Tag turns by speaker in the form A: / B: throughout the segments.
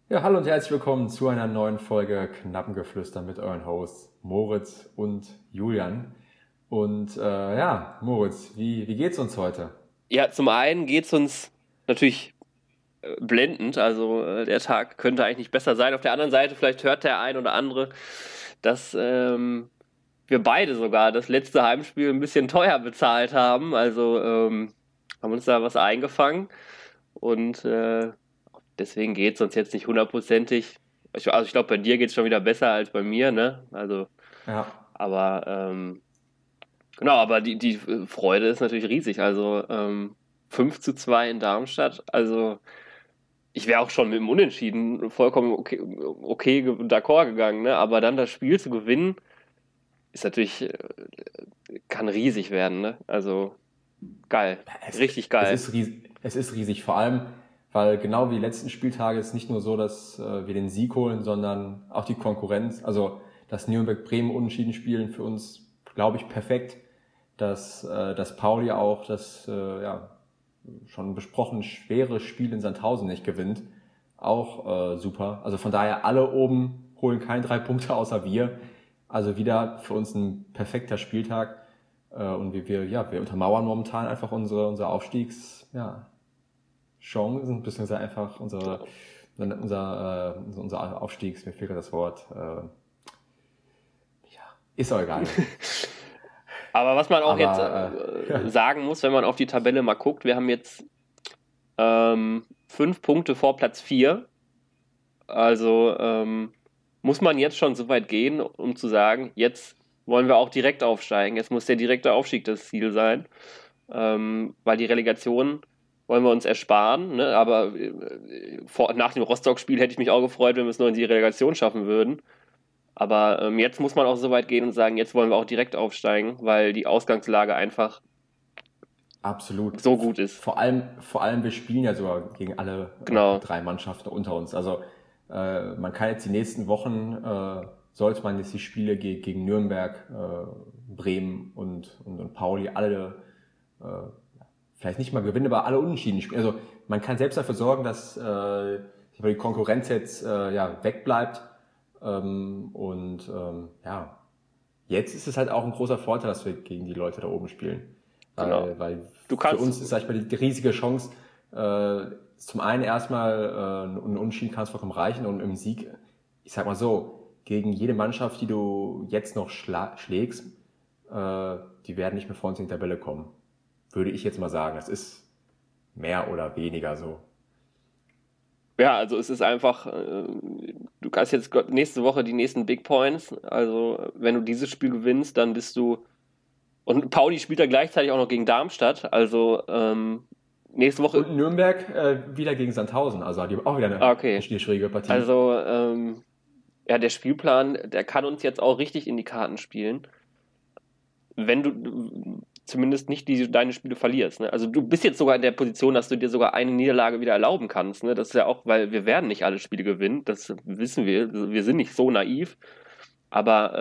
A: Ja, hallo und herzlich willkommen zu einer neuen Folge Knappengeflüster mit euren Hosts Moritz und Julian. Und ja, Moritz, wie geht's uns heute?
B: Ja, zum einen geht's uns natürlich blendend, also der Tag könnte eigentlich nicht besser sein. Auf der anderen Seite, vielleicht hört der ein oder andere, dass wir beide sogar das letzte Heimspiel ein bisschen teuer bezahlt haben. Also haben uns da was eingefangen und deswegen geht's uns jetzt nicht hundertprozentig. Also ich glaube, bei dir geht's schon wieder besser als bei mir, ne? Also,
A: Ja,
B: aber genau, aber die Freude ist natürlich riesig. Also 5:2 in Darmstadt. Also ich wäre auch schon mit dem Unentschieden vollkommen okay d'accord gegangen, ne? Aber dann das Spiel zu gewinnen, ist natürlich, kann riesig werden, ne? Also geil.
A: es,
B: Richtig geil.
A: es ist riesig, vor allem, weil genau wie die letzten Spieltage ist nicht nur so, dass wir den Sieg holen, sondern auch die Konkurrenz. Also das Nürnberg-Bremen unentschieden spielen für uns, glaube ich, perfekt. Dass Pauli auch das ja, schon besprochen schwere Spiel in Sandhausen nicht gewinnt. Auch super. Also von daher alle oben holen keine 3 Punkte außer wir. Also wieder für uns ein perfekter Spieltag. Und wir untermauern momentan einfach unsere Aufstiegs, ja, Chancen, beziehungsweise einfach unser Aufstiegs, mir fehlt gerade das Wort, ist auch egal.
B: Aber was man auch jetzt
A: Aber
B: sagen muss, wenn man auf die Tabelle mal guckt, wir haben jetzt 5 Punkte vor Platz 4. Also muss man jetzt schon so weit gehen, um zu sagen, jetzt wollen wir auch direkt aufsteigen. Jetzt muss der direkte Aufstieg das Ziel sein, weil die Relegation wollen wir uns ersparen. Ne? Aber nach dem Rostock-Spiel hätte ich mich auch gefreut, wenn wir es nur in die Relegation schaffen würden. Aber jetzt muss man auch so weit gehen und sagen, jetzt wollen wir auch direkt aufsteigen, weil die Ausgangslage einfach
A: absolut.
B: so gut ist.
A: Vor allem, wir spielen ja sogar gegen alle
B: Genau.
A: 3 Mannschaften unter uns. Also man kann jetzt die nächsten Wochen, sollte man jetzt die Spiele gegen Nürnberg, Bremen und Pauli alle vielleicht nicht mal gewinnen, aber alle unentschieden spielen. Also man kann selbst dafür sorgen, dass die Konkurrenz jetzt ja, wegbleibt. Ja, jetzt ist es halt auch ein großer Vorteil, dass wir gegen die Leute da oben spielen.
B: Genau.
A: Weil
B: Du
A: für
B: kannst,
A: uns ist, sag ich mal, die riesige Chance, zum einen erstmal ein Unentschieden kann es vollkommen reichen und im Sieg, ich sag mal so, gegen jede Mannschaft, die du jetzt noch schlägst, die werden nicht mehr vor uns in die Tabelle kommen. Würde ich jetzt mal sagen. Das ist mehr oder weniger so.
B: ja, also es ist einfach, du kannst jetzt nächste Woche die nächsten Big Points. Also wenn du dieses Spiel gewinnst, dann bist du. Und Pauli spielt ja gleichzeitig auch noch gegen Darmstadt. Also nächste Woche.
A: Und Nürnberg wieder gegen Sandhausen. Also die haben auch wieder eine
B: Okay.
A: schwierige Partie.
B: Also ja, der Spielplan, der kann uns jetzt auch richtig in die Karten spielen, wenn du zumindest nicht deine Spiele verlierst. Ne? Also du bist jetzt sogar in der Position, dass du dir sogar eine Niederlage wieder erlauben kannst. Ne? Das ist ja auch, weil wir werden nicht alle Spiele gewinnen. Das wissen wir. Wir sind nicht so naiv. Aber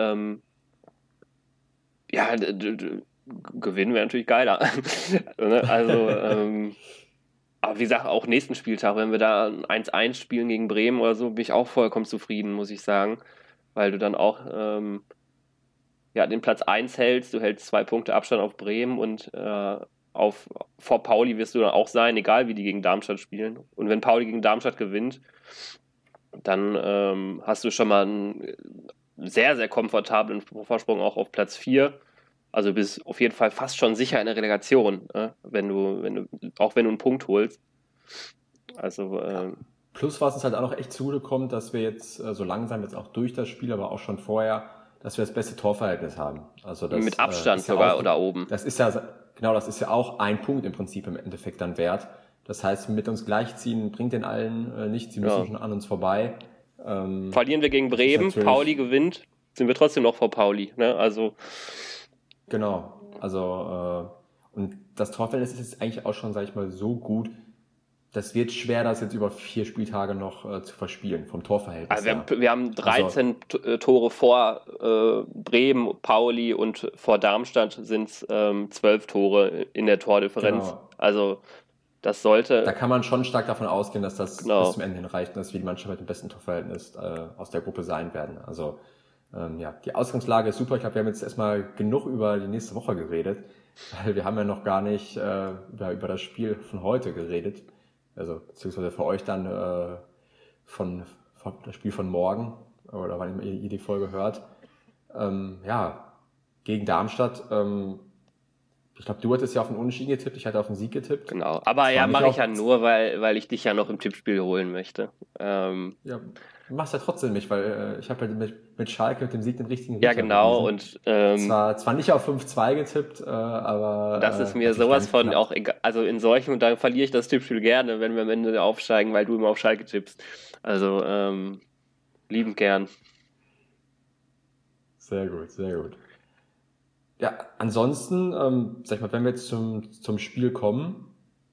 B: ja, gewinnen wäre natürlich geiler. Ne? Also, aber wie gesagt, auch nächsten Spieltag, wenn wir da 1:1 spielen gegen Bremen oder so, bin ich auch vollkommen zufrieden, muss ich sagen. Weil du dann auch ja, den Platz 1 hältst, du hältst 2 Punkte Abstand auf Bremen und vor Pauli wirst du dann auch sein, egal wie die gegen Darmstadt spielen. Und wenn Pauli gegen Darmstadt gewinnt, dann hast du schon mal einen sehr, sehr komfortablen Vorsprung auch auf Platz 4. Also du bist auf jeden Fall fast schon sicher in der Relegation, auch wenn du einen Punkt holst. Also
A: Plus was uns halt auch noch echt zugute kommt, dass wir jetzt so langsam jetzt auch durch das Spiel, aber auch schon vorher, dass wir das beste Torverhältnis haben. Also
B: mit
A: das
B: Abstand
A: ist ja
B: sogar
A: auch,
B: da oben.
A: das ist ja, genau, das ist ja auch ein Punkt im Prinzip im Endeffekt dann wert. Das heißt, mit uns gleichziehen bringt den allen nichts, sie müssen
B: Ja.
A: schon an uns vorbei.
B: Verlieren wir gegen
A: Das ist
B: Bremen, Pauli
A: natürlich,
B: gewinnt, sind wir trotzdem noch vor Pauli. Ne? Also
A: genau, also und das Torverhältnis ist jetzt eigentlich auch schon, sag ich mal, so gut, das wird schwer, das jetzt über 4 Spieltage noch zu verspielen, vom Torverhältnis
B: Also
A: her.
B: wir haben
A: Also
B: 13 Tore vor Bremen, Pauli und vor Darmstadt sind es 12 Tore in der Tordifferenz.
A: genau,
B: Also Das sollte...
A: Da kann man schon stark davon ausgehen, dass das
B: Genau.
A: bis zum Ende hin reicht und dass wir die Mannschaft mit dem besten Torverhältnis aus der Gruppe sein werden. Also die Ausgangslage ist super. Ich glaube, wir haben jetzt erstmal genug über die nächste Woche geredet, weil wir haben ja noch gar nicht über das Spiel von heute geredet. Also beziehungsweise für euch dann von das Spiel von morgen oder wann ihr die Folge hört. Gegen Darmstadt. Ich glaube, du hattest ja auf den Unentschieden getippt, ich hatte auf den Sieg getippt.
B: Genau, aber ja, mache ich ja nur, weil ich dich ja noch im Tippspiel holen möchte.
A: Machst ja trotzdem nicht, weil ich habe ja mit Schalke mit dem Sieg den richtigen
B: Riecher genau
A: bewiesen. Und zwar nicht auf 5-2 getippt, aber...
B: Das ist mir sowas von knapp. Auch egal, also in solchen, und dann verliere ich das Tippspiel gerne, wenn wir am Ende aufsteigen, weil du immer auf Schalke tippst. Also liebend gern.
A: Sehr gut, sehr gut. Ja, ansonsten, sag ich mal, wenn wir jetzt zum Spiel kommen,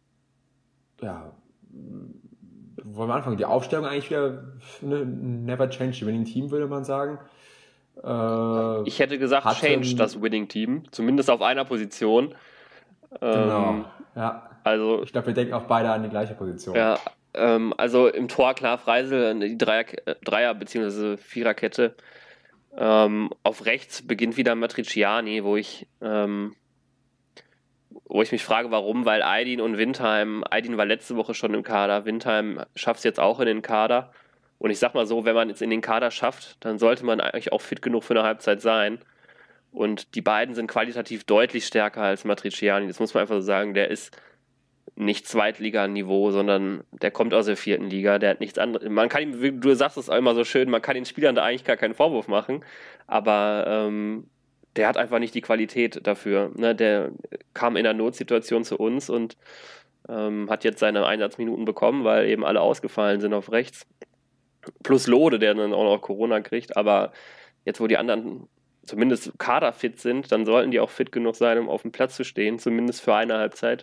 A: wollen wir anfangen? Die Aufstellung eigentlich wieder never change the winning team, würde man sagen.
B: Ich hätte gesagt, change das winning team, zumindest auf einer Position.
A: Genau, ja.
B: Also,
A: ich glaube, wir denken auch beide an die gleiche Position.
B: Ja, also im Tor klar Freisel, die Dreier- bzw. Viererkette. Auf rechts beginnt wieder Matriciani, wo ich mich frage, warum, weil Aydin und Windheim, Aydin war letzte Woche schon im Kader, Windheim schafft es jetzt auch in den Kader. Und ich sag mal so, wenn man jetzt in den Kader schafft, dann sollte man eigentlich auch fit genug für eine Halbzeit sein. Und die beiden sind qualitativ deutlich stärker als Matriciani. Das muss man einfach so sagen, der ist nicht Zweitliga-Niveau, sondern der kommt aus der 4. Liga, der hat nichts anderes. Man kann ihm, du sagst es auch immer so schön, man kann den Spielern da eigentlich gar keinen Vorwurf machen, aber der hat einfach nicht die Qualität dafür. Ne? Der kam in einer Notsituation zu uns und hat jetzt seine Einsatzminuten bekommen, weil eben alle ausgefallen sind auf rechts. Plus Lode, der dann auch noch Corona kriegt, aber jetzt, wo die anderen zumindest kaderfit sind, dann sollten die auch fit genug sein, um auf dem Platz zu stehen, zumindest für eine Halbzeit.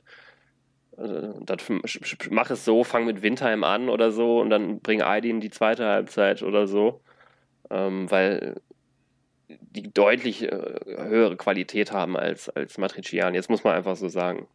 B: Mach es so, fang mit Windheim an oder so und dann bring Aydin die zweite Halbzeit oder so, weil die deutlich höhere Qualität haben als Matriciani. Jetzt muss man einfach so sagen.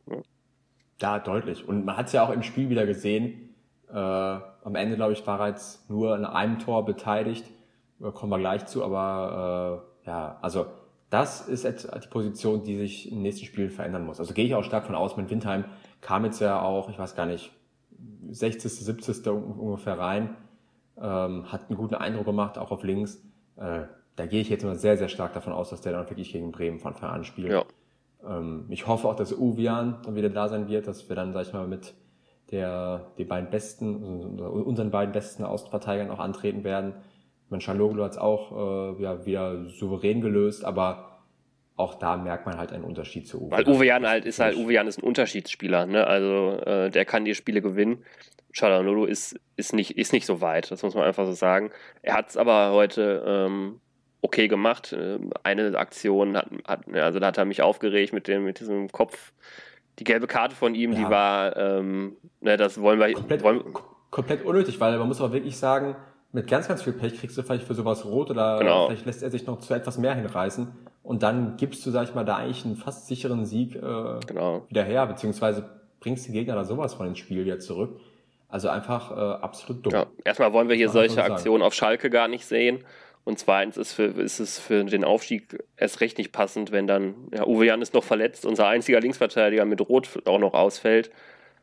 A: Ja, deutlich. Und man hat es ja auch im Spiel wieder gesehen. Am Ende, glaube ich, war er jetzt nur an einem Tor beteiligt. Kommen wir gleich zu, aber also das ist die Position, die sich in den nächsten Spielen verändern muss. Also gehe ich auch stark von aus, mit Windheim kam jetzt ja auch, ich weiß gar nicht, 60., 70. ungefähr rein, hat einen guten Eindruck gemacht, auch auf links. Da gehe ich jetzt mal sehr, sehr stark davon aus, dass der dann wirklich gegen Bremen von Anfang an spielt.
B: Ja.
A: Ich hoffe auch, dass Uwean dann wieder da sein wird, dass wir dann, sag ich mal, mit den beiden besten, unseren beiden besten Außenverteidigern auch antreten werden. Çalhanoğlu hat es auch wieder souverän gelöst, aber auch da merkt man halt einen Unterschied zu Uwean.
B: Weil Uwean ist ein Unterschiedsspieler, ne? Also der kann die Spiele gewinnen. Çalhanoğlu ist nicht so weit, das muss man einfach so sagen. Er hat es aber heute okay gemacht. Eine Aktion da hat er mich aufgeregt mit diesem Kopf. Die gelbe Karte von ihm, die war, das wollen wir...
A: Komplett unnötig, weil man muss aber wirklich sagen, mit ganz, ganz viel Pech kriegst du vielleicht für sowas rot oder vielleicht lässt er sich noch zu etwas mehr hinreißen und dann gibst du, sag ich mal, da eigentlich einen fast sicheren Sieg wieder her, beziehungsweise bringst den Gegner da sowas von ins Spiel wieder zurück. Also einfach absolut dumm.
B: Ja, erstmal wollen wir hier solche Aktionen auf Schalke gar nicht sehen. Und zweitens ist es für den Aufstieg erst recht nicht passend, wenn dann, Uwean ist noch verletzt, unser einziger Linksverteidiger mit Rot auch noch ausfällt.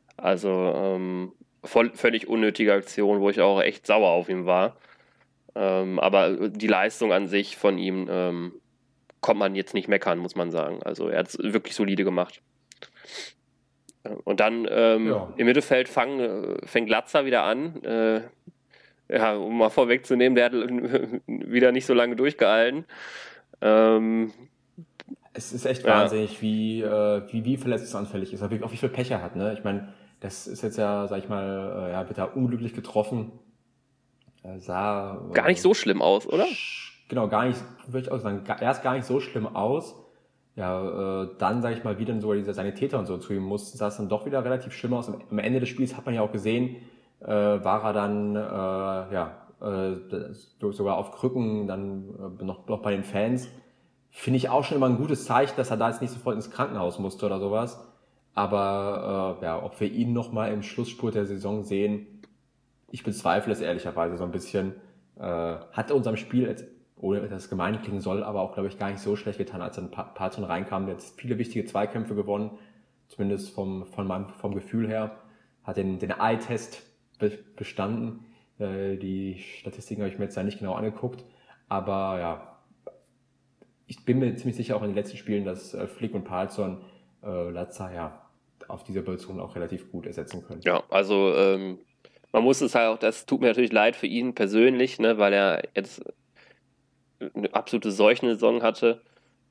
B: Also völlig unnötige Aktion, wo ich auch echt sauer auf ihn war. Aber die Leistung an sich von ihm kommt man jetzt nicht meckern, muss man sagen. Also er hat es wirklich solide gemacht. Und dann im Mittelfeld fängt Latza wieder an. Um mal vorwegzunehmen, der hat wieder nicht so lange durchgehalten.
A: Es ist echt wahnsinnig, wie verletzungsanfällig ist, auch wie viel Pech er hat. Ne? Ich meine, das ist jetzt sag ich mal, wird da unglücklich getroffen. Sah
B: gar nicht so schlimm aus, oder?
A: Genau, gar nicht, würde ich auch sagen, erst gar nicht so schlimm aus. Dann, sage ich mal, wie dann sogar diese Sanitäter und so zu ihm mussten, sah es dann doch wieder relativ schlimm aus. Am Ende des Spiels hat man ja auch gesehen, war er dann sogar auf Krücken, dann noch bei den Fans. Finde ich auch schon immer ein gutes Zeichen, dass er da jetzt nicht sofort ins Krankenhaus musste oder sowas. Aber ja, ob wir ihn nochmal im Schlussspurt der Saison sehen, ich bezweifle es ehrlicherweise so ein bisschen. Hat unserem Spiel, ohne dass es gemein klingen soll, aber auch, glaube ich, gar nicht so schlecht getan, als dann Partson reinkam. Der hat viele wichtige Zweikämpfe gewonnen, zumindest vom Gefühl her. Hat den Eye-Test bestanden. Die Statistiken habe ich mir jetzt da nicht genau angeguckt. Aber ja, ich bin mir ziemlich sicher auch in den letzten Spielen, dass Flick und Partson Latza ja auf dieser Position auch relativ gut ersetzen können.
B: Ja, also man muss es halt auch, das tut mir natürlich leid für ihn persönlich, ne, weil er jetzt eine absolute Seuchensaison hatte.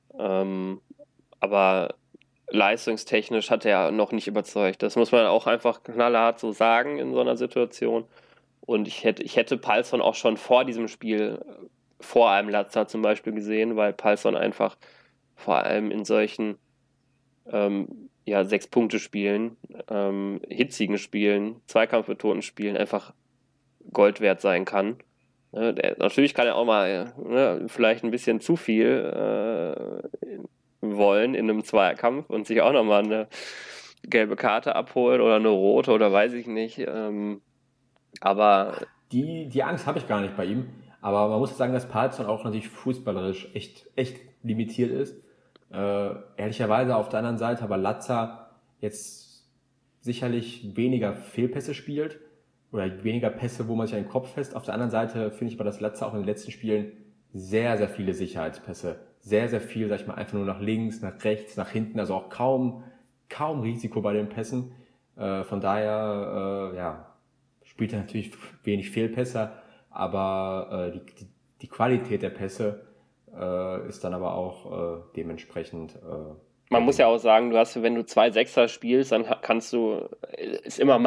B: Aber leistungstechnisch hat er noch nicht überzeugt. Das muss man auch einfach knallhart so sagen in so einer Situation. Und ich hätte Palsson auch schon vor diesem Spiel vor einem Latza zum Beispiel gesehen, weil Palsson einfach vor allem in solchen 6-Punkte-Spielen, hitzigen Spielen, zweikampfbetonten Spielen einfach Gold wert sein kann. Natürlich kann er auch mal vielleicht ein bisschen zu viel wollen in einem Zweikampf und sich auch nochmal eine gelbe Karte abholen oder eine rote oder weiß ich nicht. Aber
A: die Angst habe ich gar nicht bei ihm. Aber man muss sagen, dass Palsson auch natürlich fußballerisch echt limitiert ist. Ehrlicherweise auf der anderen Seite aber Latza jetzt sicherlich weniger Fehlpässe spielt oder weniger Pässe, wo man sich an den Kopf fest. Auf der anderen Seite finde ich aber, dass Latza auch in den letzten Spielen sehr, sehr viele Sicherheitspässe, sehr, sehr viel, sag ich mal, einfach nur nach links, nach rechts, nach hinten, also auch kaum Risiko bei den Pässen. Von daher, spielt er natürlich wenig Fehlpässe, aber die Qualität der Pässe ist dann aber auch dementsprechend.
B: Man muss ja auch sagen, wenn du 2 Sechser spielst, dann ist immer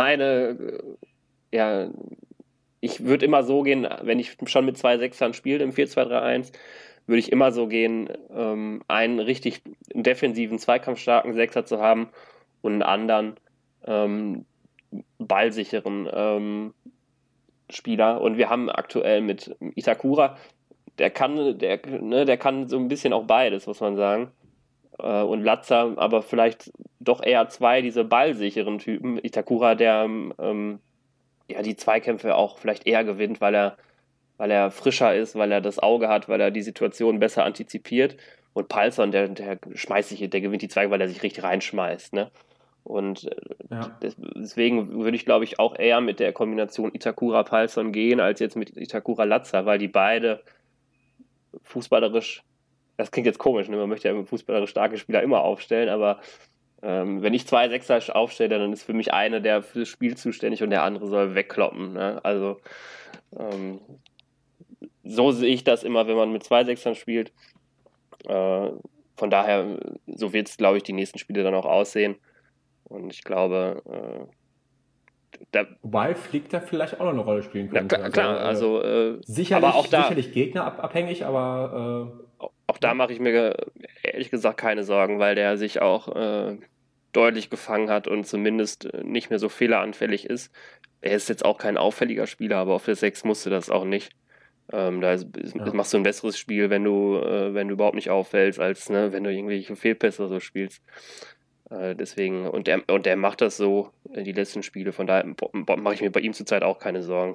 B: ich würde immer so gehen, wenn ich schon mit 2 Sechsern spiele im 4-2-3-1, würde ich immer so gehen, einen richtig defensiven, zweikampfstarken Sechser zu haben und einen anderen ballsicheren Spieler. Und wir haben aktuell mit Itakura, der kann so ein bisschen auch beides, muss man sagen. Und Latza, aber vielleicht doch eher 2 diese ballsicheren Typen. Itakura, der die Zweikämpfe auch vielleicht eher gewinnt, weil er frischer ist, weil er das Auge hat, weil er die Situation besser antizipiert. Und Palsson, der gewinnt die Zweikämpfe, weil er sich richtig reinschmeißt, ne? Und deswegen würde ich, glaube ich, auch eher mit der Kombination Itakura-Palsson gehen, als jetzt mit Itakura-Latza, weil die beide fußballerisch, das klingt jetzt komisch, ne? Man möchte ja fußballerisch starke Spieler immer aufstellen, aber wenn ich 2 Sechser aufstelle, dann ist für mich einer, der fürs Spiel zuständig und der andere soll wegkloppen, ne? Also so sehe ich das immer, wenn man mit 2 Sechsern spielt. Von daher, so wird es, glaube ich, die nächsten Spiele dann auch aussehen. Und ich glaube,
A: wobei Flick da vielleicht auch noch eine Rolle spielen könnte.
B: Ja, klar,
A: sicherlich,
B: aber auch
A: sicherlich gegnerabhängig, aber
B: auch da mache ich mir ehrlich gesagt keine Sorgen, weil der sich auch deutlich gefangen hat und zumindest nicht mehr so fehleranfällig ist. Er ist jetzt auch kein auffälliger Spieler, aber auf der 6 musste das auch nicht. Machst du ein besseres Spiel, wenn du überhaupt nicht auffällst, als wenn du irgendwelche Fehlpässe so spielst. Deswegen, und der macht das so die letzten Spiele, von daher mache ich mir bei ihm zurzeit auch keine Sorgen.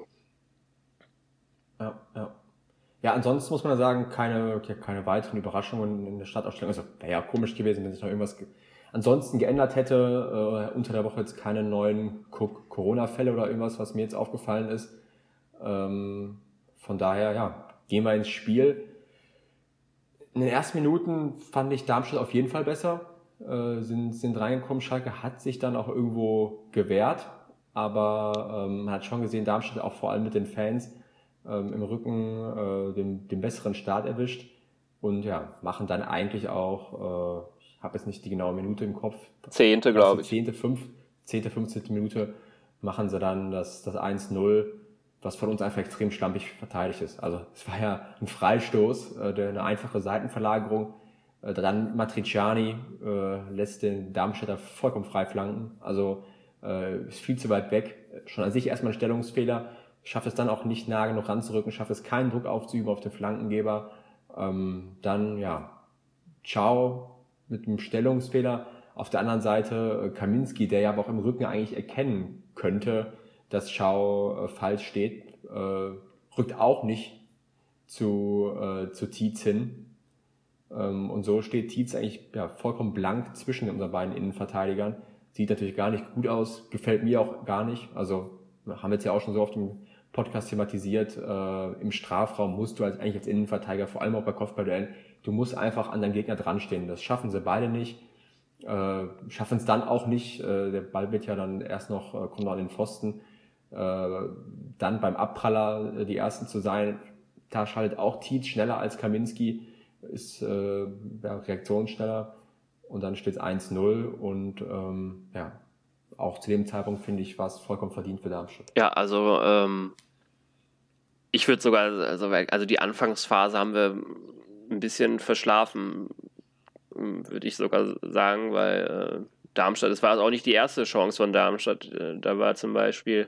A: Ja, ansonsten muss man sagen, keine weiteren Überraschungen in der Startaufstellung. Also wäre ja komisch gewesen, wenn sich noch irgendwas ansonsten geändert hätte. Unter der Woche jetzt keine neuen Corona-Fälle oder irgendwas, was mir jetzt aufgefallen ist. Von daher, gehen wir ins Spiel. In den ersten Minuten fand ich Darmstadt auf jeden Fall besser. Sind reingekommen. Schalke hat sich dann auch irgendwo gewehrt, aber man hat schon gesehen, Darmstadt auch vor allem mit den Fans im Rücken den besseren Start erwischt und machen dann eigentlich auch, ich habe jetzt nicht die genaue Minute im Kopf.
B: 10. glaube ich.
A: 10., 15. Minute machen sie dann das 1-0, was von uns einfach extrem schlampig verteidigt ist. Also es war ja ein Freistoß, eine einfache Seitenverlagerung. Dann Matriciani lässt den Darmstädter vollkommen frei flanken. Also ist viel zu weit weg. Schon an sich erstmal ein Stellungsfehler. Schafft es dann auch nicht nah genug ranzurücken. Schafft es keinen Druck aufzuüben auf den Flankengeber. Dann, Ciao mit einem Stellungsfehler. auf der anderen Seite Kaminski, der ja aber auch im Rücken eigentlich erkennen könnte, dass Schau falsch steht, rückt auch nicht zu Tietz hin. Und so steht Tietz eigentlich vollkommen blank zwischen unseren beiden Innenverteidigern. Sieht natürlich gar nicht gut aus, gefällt mir auch gar nicht. Also haben wir jetzt ja auch schon so oft im Podcast thematisiert, im Strafraum musst du eigentlich als Innenverteidiger, vor allem auch bei Kopfballduellen, du musst einfach an deinem Gegner dran stehen. Das schaffen sie beide nicht. Schaffen es dann auch nicht. Der Ball wird ja dann erst noch, kommt noch an den Pfosten. Dann beim Abpraller die Ersten zu sein, da schaltet auch Tietz schneller als Kaminski, ist reaktionsschneller und dann steht es 1-0 und auch zu dem Zeitpunkt, finde ich, war es vollkommen verdient für Darmstadt.
B: Ja, also ich würde sogar, also die Anfangsphase haben wir ein bisschen verschlafen, würde ich sogar sagen, weil Darmstadt, es war auch nicht die erste Chance von Darmstadt, da war zum Beispiel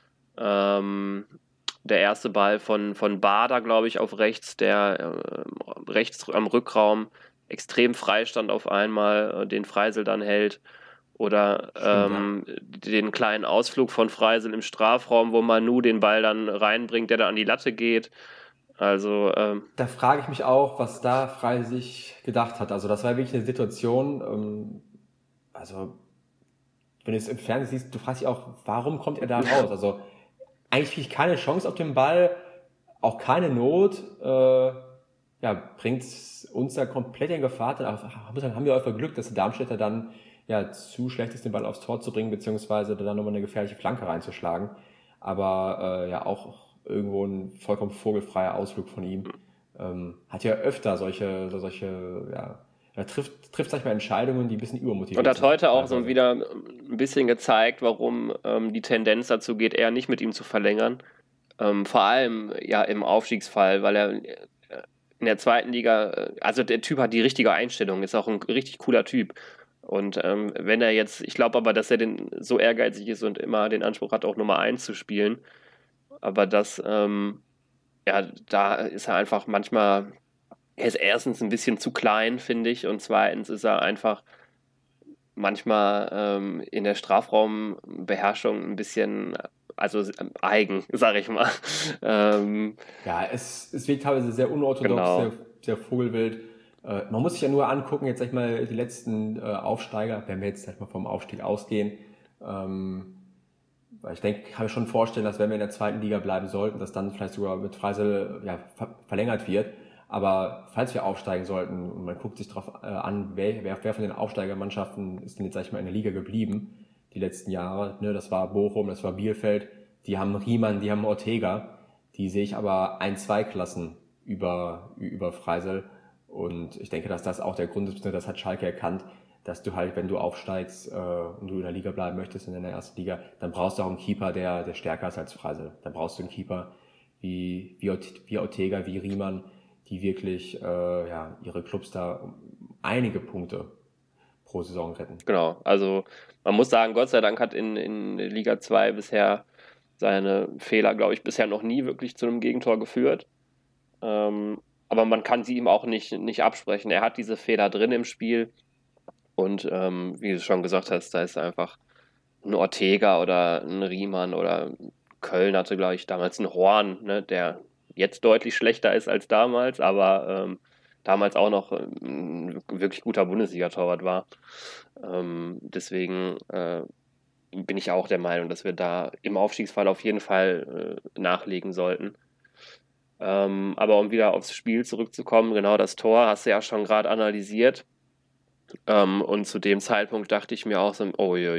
B: der erste Ball von Bader, glaube ich, auf rechts, der rechts am Rückraum extrem frei stand auf einmal, den Freisel dann hält. Oder den kleinen Ausflug von Freisel im Strafraum, wo Manu den Ball dann reinbringt, der da an die Latte geht. Also
A: da frage ich mich auch, was da Freisel sich gedacht hat. Also das war wirklich eine Situation, also wenn du es im Fernsehen siehst, du fragst dich auch, warum kommt er da raus? Also eigentlich kriege ich keine Chance auf den Ball, auch keine Not, bringt uns da komplett in Gefahr. Dann haben wir einfach Glück, dass die Darmstädter dann zu schlecht ist, den Ball aufs Tor zu bringen, beziehungsweise dann nochmal eine gefährliche Flanke reinzuschlagen. Aber auch irgendwo ein vollkommen vogelfreier Ausflug von ihm. Hat ja öfter solche er trifft sag ich mal, Entscheidungen, die ein bisschen übermotiviert
B: sind. Und hat heute auch so wieder ein bisschen gezeigt, warum die Tendenz dazu geht, eher nicht mit ihm zu verlängern. Vor allem im Aufstiegsfall, weil er in der zweiten Liga, also der Typ hat die richtige Einstellung, ist auch ein richtig cooler Typ. Und wenn er jetzt, ich glaube aber, dass er so ehrgeizig ist und immer den Anspruch hat, auch Nummer 1 zu spielen. Aber da ist er einfach manchmal, er ist erstens ein bisschen zu klein, finde ich, und zweitens ist er einfach manchmal in der Strafraumbeherrschung ein bisschen, also eigen, sage ich mal.
A: Es wirkt teilweise sehr unorthodox,
B: genau.
A: sehr vogelwild. Man muss sich ja nur angucken, jetzt sag ich mal, die letzten Aufsteiger, wenn wir jetzt sag ich mal vom Aufstieg ausgehen, weil ich denke, kann mir schon vorstellen, dass wenn wir in der zweiten Liga bleiben sollten, dass dann vielleicht sogar mit Freisel verlängert wird. Aber falls wir aufsteigen sollten und man guckt sich darauf an, wer von den Aufsteigermannschaften ist denn jetzt, sag ich mal, in der Liga geblieben, die letzten Jahre, ne, das war Bochum, das war Bielefeld, die haben Riemann, die haben Ortega, die sehe ich aber 1-2 Klassen über Freisel. Und ich denke, dass das auch der Grund ist, das hat Schalke erkannt, dass du halt, wenn du aufsteigst und du in der Liga bleiben möchtest, in der ersten Liga, dann brauchst du auch einen Keeper, der stärker ist als Freisel. Dann brauchst du einen Keeper wie Ortega, wie Riemann, die wirklich ihre Clubs da um einige Punkte pro Saison retten.
B: Genau, also man muss sagen, Gott sei Dank hat in Liga 2 bisher seine Fehler, glaube ich, bisher noch nie wirklich zu einem Gegentor geführt. Aber man kann sie ihm auch nicht absprechen. Er hat diese Fehler drin im Spiel und wie du schon gesagt hast, da ist einfach ein Ortega oder ein Riemann oder Köln hatte, glaube ich, damals einen Horn, ne, der jetzt deutlich schlechter ist als damals, aber damals auch noch ein wirklich guter Bundesliga-Torwart war. Deswegen bin ich auch der Meinung, dass wir da im Aufstiegsfall auf jeden Fall nachlegen sollten. Aber um wieder aufs Spiel zurückzukommen, genau das Tor hast du ja schon gerade analysiert. Und zu dem Zeitpunkt dachte ich mir auch so,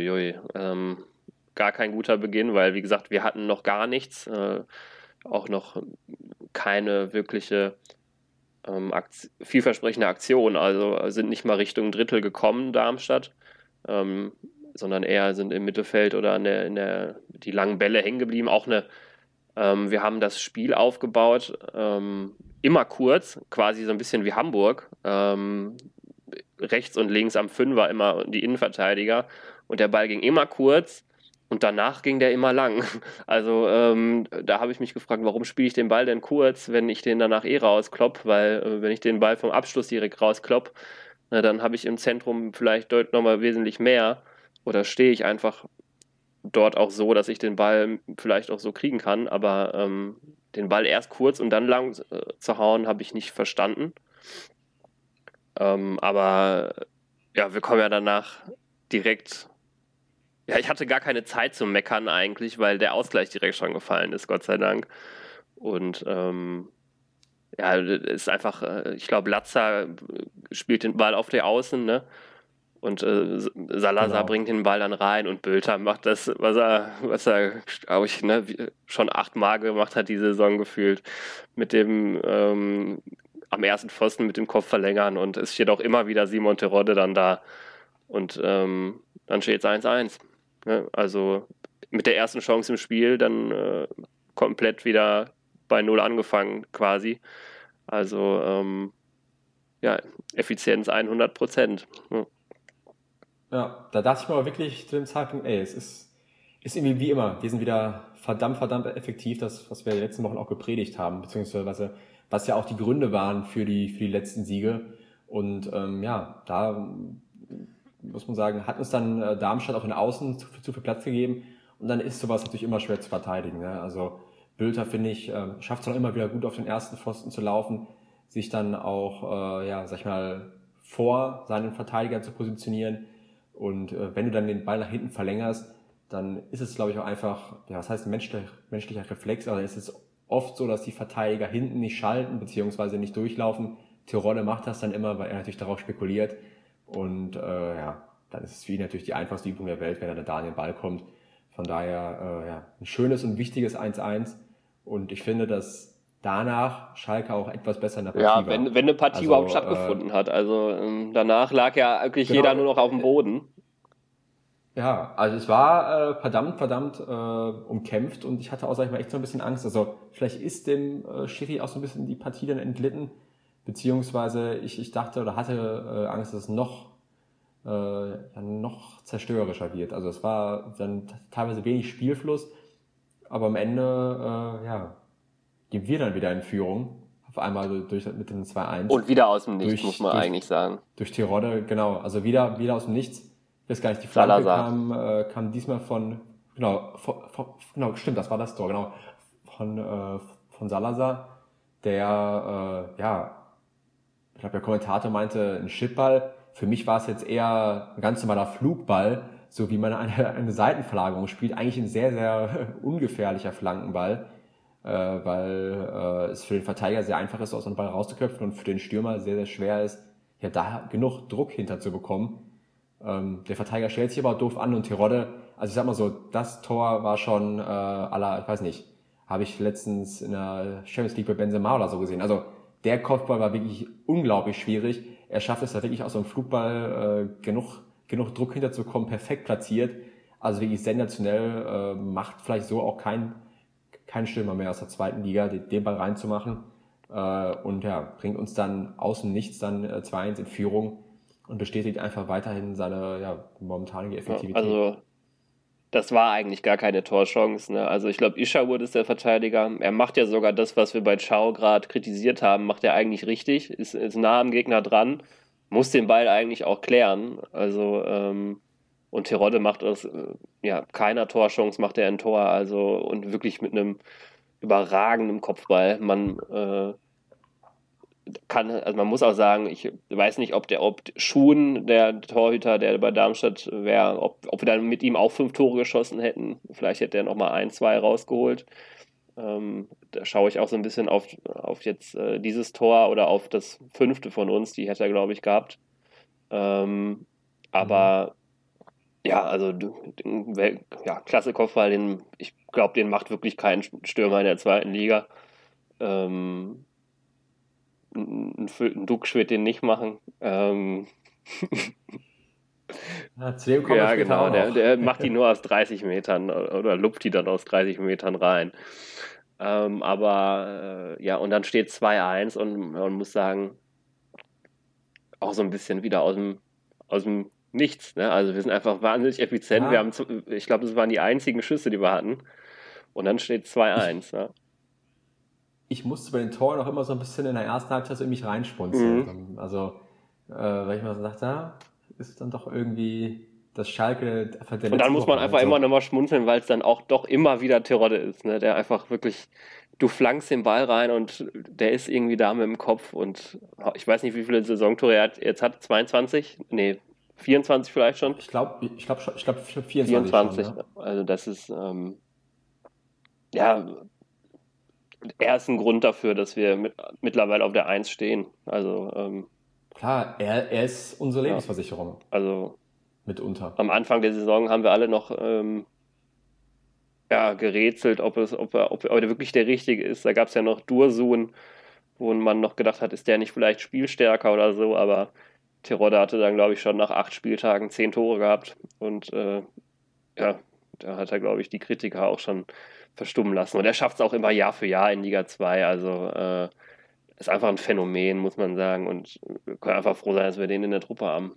B: gar kein guter Beginn, weil, wie gesagt, wir hatten noch gar nichts, auch noch keine wirkliche vielversprechende Aktion, also sind nicht mal Richtung Drittel gekommen, Darmstadt, sondern eher sind im Mittelfeld oder die langen Bälle hängen geblieben. Auch wir haben das Spiel aufgebaut, immer kurz, quasi so ein bisschen wie Hamburg, rechts und links am Fünfer immer die Innenverteidiger und der Ball ging immer kurz und danach ging der immer lang. Also da habe ich mich gefragt, warum spiele ich den Ball denn kurz, wenn ich den danach rausklopp, weil wenn ich den Ball vom Abschluss direkt rausklopp, Na, dann habe ich im Zentrum vielleicht nochmal wesentlich mehr oder stehe ich einfach dort auch so, dass ich den Ball vielleicht auch so kriegen kann, aber den Ball erst kurz und dann lang zu hauen, habe ich nicht verstanden. Aber ja, wir kommen ja danach direkt. Ja, ich hatte gar keine Zeit zum Meckern eigentlich, weil der Ausgleich direkt schon gefallen ist, Gott sei Dank. Und ja, ist einfach, ich glaube, Latza spielt den Ball auf der Außen, ne? Und Salazar bringt den Ball dann rein und Bülter macht das, was er glaube ich, ne, schon 8-mal gemacht hat die Saison gefühlt. Mit dem am ersten Pfosten mit dem Kopf verlängern und es steht auch immer wieder Simon Terodde dann da. Und dann steht es 1-1. Ne? Also mit der ersten Chance im Spiel dann komplett wieder bei Null angefangen quasi. Also ja, Effizienz 100%. Ja.
A: Ja, da dachte ich mir aber wirklich zu dem Zeitpunkt, es ist irgendwie wie immer. Wir sind wieder verdammt effektiv, das, was wir in den letzten Wochen auch gepredigt haben, beziehungsweise was ja auch die Gründe waren für die letzten Siege. Und ja, da muss man sagen, hat uns dann Darmstadt auf den Außen zu viel Platz gegeben. Und dann ist sowas natürlich immer schwer zu verteidigen. Ne? Also Bülter, finde ich, schafft es auch immer wieder gut auf den ersten Pfosten zu laufen, sich dann auch, ja, sag ich mal, vor seinen Verteidiger zu positionieren. Und wenn du dann den Ball nach hinten verlängerst, dann ist es, glaube ich, auch einfach, ja, was heißt menschlicher Reflex, aber dann ist es oft so, dass die Verteidiger hinten nicht schalten, beziehungsweise nicht durchlaufen. Terodde macht das dann immer, weil er natürlich darauf spekuliert. Und ja, dann ist es für ihn natürlich die einfachste Übung der Welt, wenn er da an den Ball kommt. Von daher, ja, ein schönes und wichtiges 1-1. Und ich finde, dass danach Schalke auch etwas besser in der Partie
B: Ja,
A: war.
B: wenn eine Partie überhaupt stattgefunden hat. Also danach lag ja wirklich jeder nur noch auf dem Boden.
A: Ja, also es war verdammt umkämpft und ich hatte auch, sag ich mal, echt so ein bisschen Angst. Also vielleicht ist dem Schiri auch so ein bisschen die Partie dann entglitten, beziehungsweise ich dachte oder hatte Angst, dass es noch zerstörerischer wird. Also es war dann teilweise wenig Spielfluss, aber am Ende ja, gehen wir dann wieder in Führung. Auf einmal mit dem 2-1.
B: Und wieder aus dem Nichts, muss man eigentlich sagen.
A: Durch Terodde, genau. Also wieder aus dem Nichts. Ich weiß gar nicht, die Flanke kam diesmal genau, stimmt, das war das Tor, genau. Von Salazar, der, ja, ich glaube, der Kommentator meinte, ein Chipball. Für mich war es jetzt eher ein ganz normaler Flugball, so wie man eine Seitenverlagerung spielt. Eigentlich ein sehr, sehr ungefährlicher Flankenball, weil es für den Verteidiger sehr einfach ist, aus einem Ball rauszuköpfen und für den Stürmer sehr, sehr schwer ist, ja, da genug Druck hinterzubekommen. Der Verteidiger stellt sich aber auch doof an und Terodde, also ich sag mal so, das Tor war schon ich weiß nicht, habe ich letztens in der Champions League bei Benzema oder so gesehen. Also der Kopfball war wirklich unglaublich schwierig. Er schafft es da wirklich aus so einem Flugball genug Druck hinterzukommen, perfekt platziert. Also wirklich sensationell, macht vielleicht so auch kein Stürmer mehr aus der zweiten Liga, den Ball reinzumachen. Und ja, bringt uns dann aus dem Nichts dann 2-1 in Führung und bestätigt einfach weiterhin seine momentanige Effektivität.
B: Also das war eigentlich gar keine Torchance. Ne? Also ich glaube, Isherwood ist der Verteidiger. Er macht ja sogar das, was wir bei Chao gerade kritisiert haben, macht er eigentlich richtig, ist nah am Gegner dran, muss den Ball eigentlich auch klären. Also und Terodde macht das, ja, keiner Torchance macht er ein Tor, also und wirklich mit einem überragenden Kopfball. Man man muss auch sagen, ich weiß nicht, ob Schuhn, der Torhüter, der bei Darmstadt wäre, ob wir dann mit ihm auch 5 Tore geschossen hätten. Vielleicht hätte er nochmal 1, 2 rausgeholt. Da schaue ich auch so ein bisschen auf jetzt dieses Tor oder auf das 5. von uns, die hätte er, glaube ich, gehabt. Aber ja, also klasse Kopfball, ich glaube, den macht wirklich kein Stürmer in der zweiten Liga. Ein Dux wird den nicht machen.
A: Ja,
B: genau, der macht die nur aus 30 Metern oder lupft die dann aus 30 Metern rein. Aber ja, und dann steht 2-1 und man muss sagen, auch so ein bisschen wieder aus dem Nichts. Ne? Also wir sind einfach wahnsinnig effizient. Ja. Ich glaube, das waren die einzigen Schüsse, die wir hatten. Und dann steht 2-1. Ja.
A: Ich musste bei den Toren auch immer so ein bisschen in der ersten Halbzeit in mich reinspunzeln. Also weil ich mal so dachte, ja, ist dann doch irgendwie das Schalke der
B: Und dann muss man
A: Woche
B: einfach
A: so.
B: immer nochmal schmunzeln, weil es dann auch doch immer wieder Terodde ist, ne? Der einfach wirklich, du flankst den Ball rein und der ist irgendwie da mit dem Kopf und ich weiß nicht, wie viele Saisontore er jetzt hat, 22? Nee, 24 vielleicht schon?
A: Ich glaube 24 schon,
B: 24.
A: ja.
B: Also das ist, ja, er ist ein Grund dafür, dass wir mittlerweile auf der Eins stehen. Also,
A: Klar, er ist unsere
B: ja,
A: Lebensversicherung
B: also
A: mitunter.
B: am Anfang der Saison haben wir alle noch ja, gerätselt, ob er wirklich der Richtige ist. Da gab es ja noch Dursun, wo man noch gedacht hat, ist der nicht vielleicht spielstärker oder so, aber Terodde hatte dann, glaube ich, schon nach 8 Spieltagen 10 Tore gehabt und ja, da hat er, glaube ich, die Kritiker auch schon verstummen lassen. Und er schafft es auch immer Jahr für Jahr in Liga 2, also ist einfach ein Phänomen, muss man sagen, und wir können einfach froh sein, dass wir den in der Truppe haben.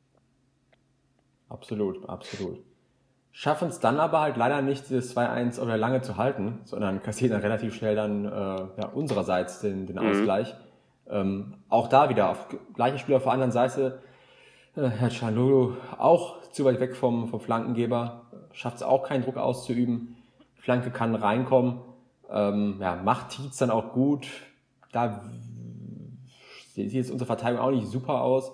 A: Absolut, absolut. Schaffen es dann aber halt leider nicht, dieses 2-1 oder lange zu halten, sondern kassieren dann relativ schnell dann ja, unsererseits den Ausgleich. Auch da wieder, gleiche Spieler auf der anderen Seite, Herr Çalhanoğlu auch zu weit weg vom Flankengeber, schafft es auch keinen Druck auszuüben. Flanke kann reinkommen, ja, macht Tietz dann auch gut. Da sieht jetzt unsere Verteidigung auch nicht super aus.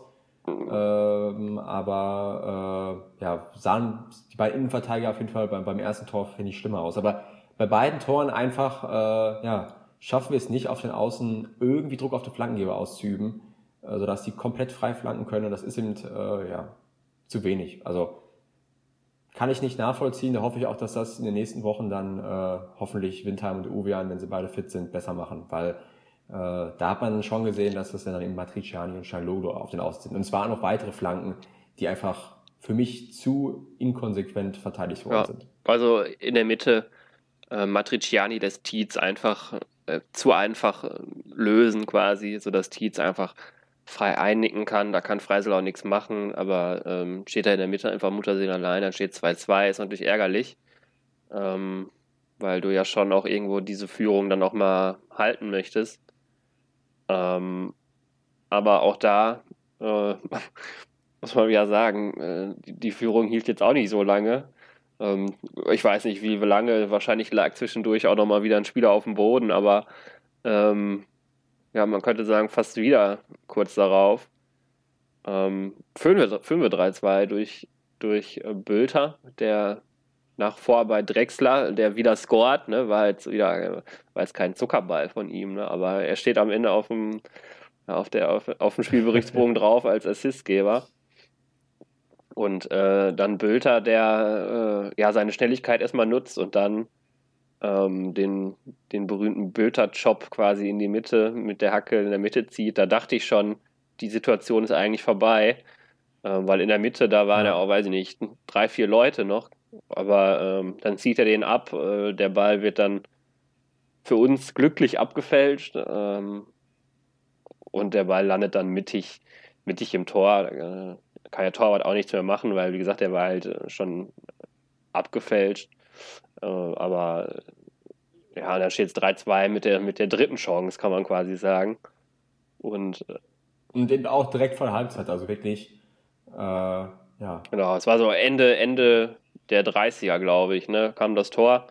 A: Aber ja, sahen die beiden Innenverteidiger auf jeden Fall beim ersten Tor, finde ich, schlimmer aus. Aber bei beiden Toren einfach, ja, schaffen wir es nicht, auf den Außen irgendwie Druck auf den Flankengeber auszuüben, sodass die komplett frei flanken können. Und das ist eben, ja, zu wenig. Also kann ich nicht nachvollziehen. Da hoffe ich auch, dass das in den nächsten Wochen dann hoffentlich Windheim und Uwean, wenn sie beide fit sind, besser machen. Weil da hat man schon gesehen, dass das dann eben Matriciani und Çalhanoğlu auf den Außen sind. Und es waren noch weitere Flanken, die einfach für mich zu inkonsequent verteidigt worden sind.
B: Also in der Mitte Matriciani des Tietz einfach zu einfach lösen quasi, sodass Tietz einfach frei einnicken kann. Da kann Freisel auch nichts machen, aber steht er in der Mitte einfach Muttersehen allein, dann steht 2-2, ist natürlich ärgerlich, weil du ja schon auch irgendwo diese Führung dann auch mal halten möchtest. Aber auch da muss man ja sagen, die Führung hielt jetzt auch nicht so lange. Ich weiß nicht, wie lange, wahrscheinlich lag zwischendurch auch nochmal wieder ein Spieler auf dem Boden, aber ja, man könnte sagen, fast wieder kurz darauf. Führen wir 3-2 durch Bülter, der nach Vorarbeit Drexler, der wieder scored, ne, war jetzt kein Zuckerball von ihm, ne, aber er steht am Ende auf dem Spielberichtsbogen drauf als Assistgeber. Und dann Bülter, der ja seine Schnelligkeit erstmal nutzt und dann den berühmten Bülter-Chop quasi in die Mitte mit der Hacke in der Mitte zieht. Da dachte ich schon, die Situation ist eigentlich vorbei, weil in der Mitte, da waren ja auch, weiß ich nicht, 3, 4 Leute noch. Aber dann zieht er den ab. Der Ball wird dann für uns glücklich abgefälscht. Und der Ball landet dann mittig im Tor. Da kann der Torwart auch nichts mehr machen, weil, wie gesagt, der war halt schon abgefälscht. Aber ja, da steht es 3-2 mit der dritten Chance, kann man quasi sagen. Und
A: eben auch direkt vor der Halbzeit, also wirklich, ja.
B: Genau, es war so Ende der 30er, glaube ich, ne, kam das Tor.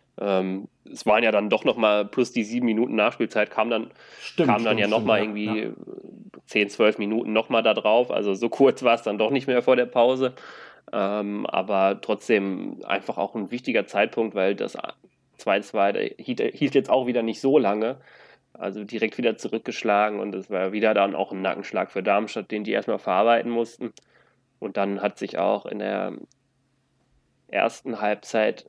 B: Es waren ja dann doch nochmal, plus die 7 Minuten Nachspielzeit, kam dann ja nochmal irgendwie 10, 12 Minuten nochmal da drauf. Also so kurz war es dann doch nicht mehr vor der Pause. Aber trotzdem einfach auch ein wichtiger Zeitpunkt, weil das 2-2 hielt jetzt auch wieder nicht so lange. Also direkt wieder zurückgeschlagen und es war wieder dann auch ein Nackenschlag für Darmstadt, den die erstmal verarbeiten mussten. Und dann hat sich auch in der ersten Halbzeit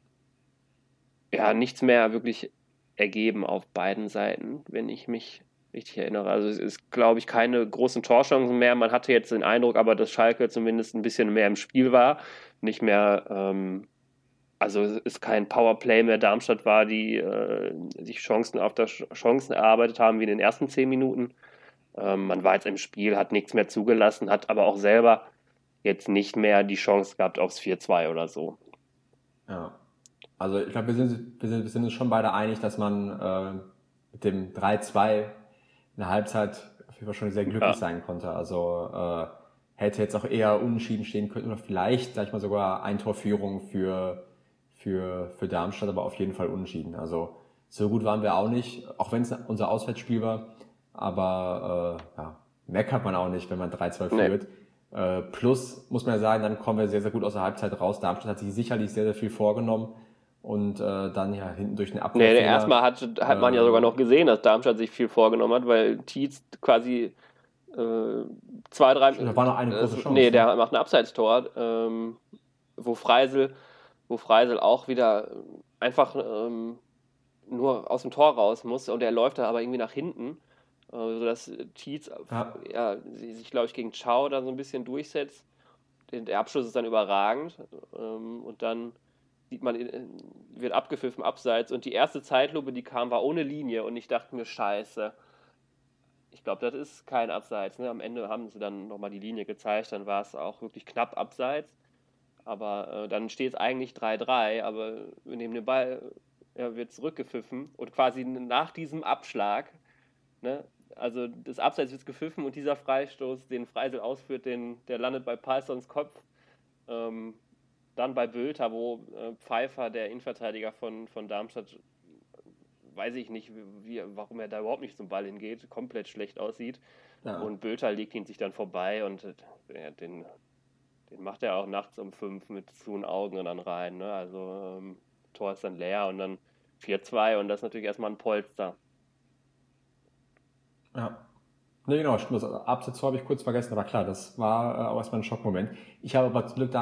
B: ja nichts mehr wirklich ergeben auf beiden Seiten, wenn ich mich richtig erinnere. Also es ist, glaube ich, keine großen Torchancen mehr. Man hatte jetzt den Eindruck, aber dass Schalke zumindest ein bisschen mehr im Spiel war. Nicht mehr, also es ist kein Powerplay mehr. Darmstadt war, die sich Chancen auf der Chancen erarbeitet haben wie in den ersten 10 Minuten. Man war jetzt im Spiel, hat nichts mehr zugelassen, hat aber auch selber jetzt nicht mehr die Chance gehabt aufs 4-2 oder so.
A: Ja. Also ich glaube, wir sind uns schon beide einig, dass man mit dem 3-2 in der Halbzeit auf jeden Fall schon sehr glücklich sein konnte. Also hätte jetzt auch eher unentschieden stehen können oder vielleicht, sag ich mal, sogar ein Torführung für Darmstadt, aber auf jeden Fall unentschieden. Also so gut waren wir auch nicht, auch wenn es unser Auswärtsspiel war. Aber meckert man auch nicht, wenn man 3-2 führt. Plus muss man ja sagen, dann kommen wir sehr, sehr gut aus der Halbzeit raus. Darmstadt hat sich sicherlich sehr, sehr viel vorgenommen und dann ja hinten durch den Abwehrfehler.
B: Erstmal hat man ja sogar noch gesehen, dass Darmstadt sich viel vorgenommen hat, weil Tietz quasi 2-3...
A: Da war noch eine große Chance.
B: Der macht ein Abseitstor, wo Freisel auch wieder einfach nur aus dem Tor raus muss und er läuft da aber irgendwie nach hinten, sodass Tietz sich, glaube ich, gegen Chao da so ein bisschen durchsetzt. Der Abschluss ist dann überragend und dann sieht man, wird abgepfiffen, abseits und die erste Zeitlupe, die kam, war ohne Linie und ich dachte mir, scheiße, ich glaube, das ist kein Abseits. Ne? Am Ende haben sie dann nochmal die Linie gezeigt, dann war es auch wirklich knapp abseits, aber dann steht es eigentlich 3-3, aber wir nehmen den Ball, wird zurückgepfiffen und quasi nach diesem Abschlag, ne, also das Abseits wird gepfiffen und dieser Freistoß, den Freisel ausführt, der landet bei Palsons Kopf. Dann bei Bülter, wo Pfeiffer, der Innenverteidiger von Darmstadt, weiß ich nicht, warum er da überhaupt nicht zum Ball hingeht, komplett schlecht aussieht. Ja. Und Bülter legt ihn sich dann vorbei und den macht er auch nachts um 5 mit zu Augen und dann rein. Ne? Also Tor ist dann leer und dann 4-2 und das ist natürlich erstmal ein Polster.
A: Ja. Ne, genau, stimmt. Das Abseits habe ich kurz vergessen, aber klar, das war auch erstmal ein Schockmoment. Ich habe aber zum Glück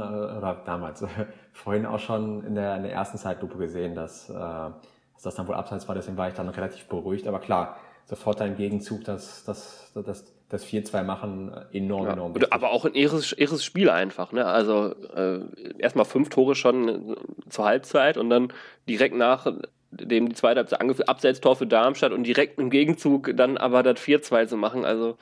A: vorhin auch schon in der ersten Zeitlupe gesehen, dass das dann wohl abseits war, deswegen war ich dann relativ beruhigt. Aber klar, sofort ein Gegenzug, das 4-2 machen, enorm wichtig.
B: Aber auch ein irres Spiel einfach, ne? Also erstmal 5 Tore schon zur Halbzeit und dann direkt nach dem die zweite Halbzeit angeführt, Abseitstor für Darmstadt und direkt im Gegenzug dann aber das 4-2 zu machen. Also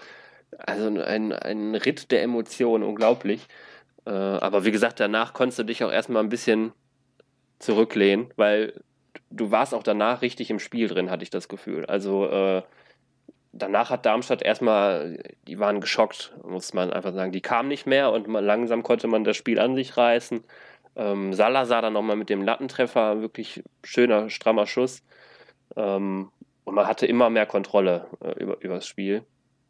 B: ein Ritt der Emotionen, unglaublich. Aber wie gesagt, danach konntest du dich auch erstmal ein bisschen zurücklehnen, weil du warst auch danach richtig im Spiel drin, hatte ich das Gefühl. Also danach hat Darmstadt erstmal, die waren geschockt, muss man einfach sagen. Die kamen nicht mehr und langsam konnte man das Spiel an sich reißen. Salazar dann nochmal mit dem Lattentreffer, wirklich schöner, strammer Schuss. Und man hatte immer mehr Kontrolle über das Spiel.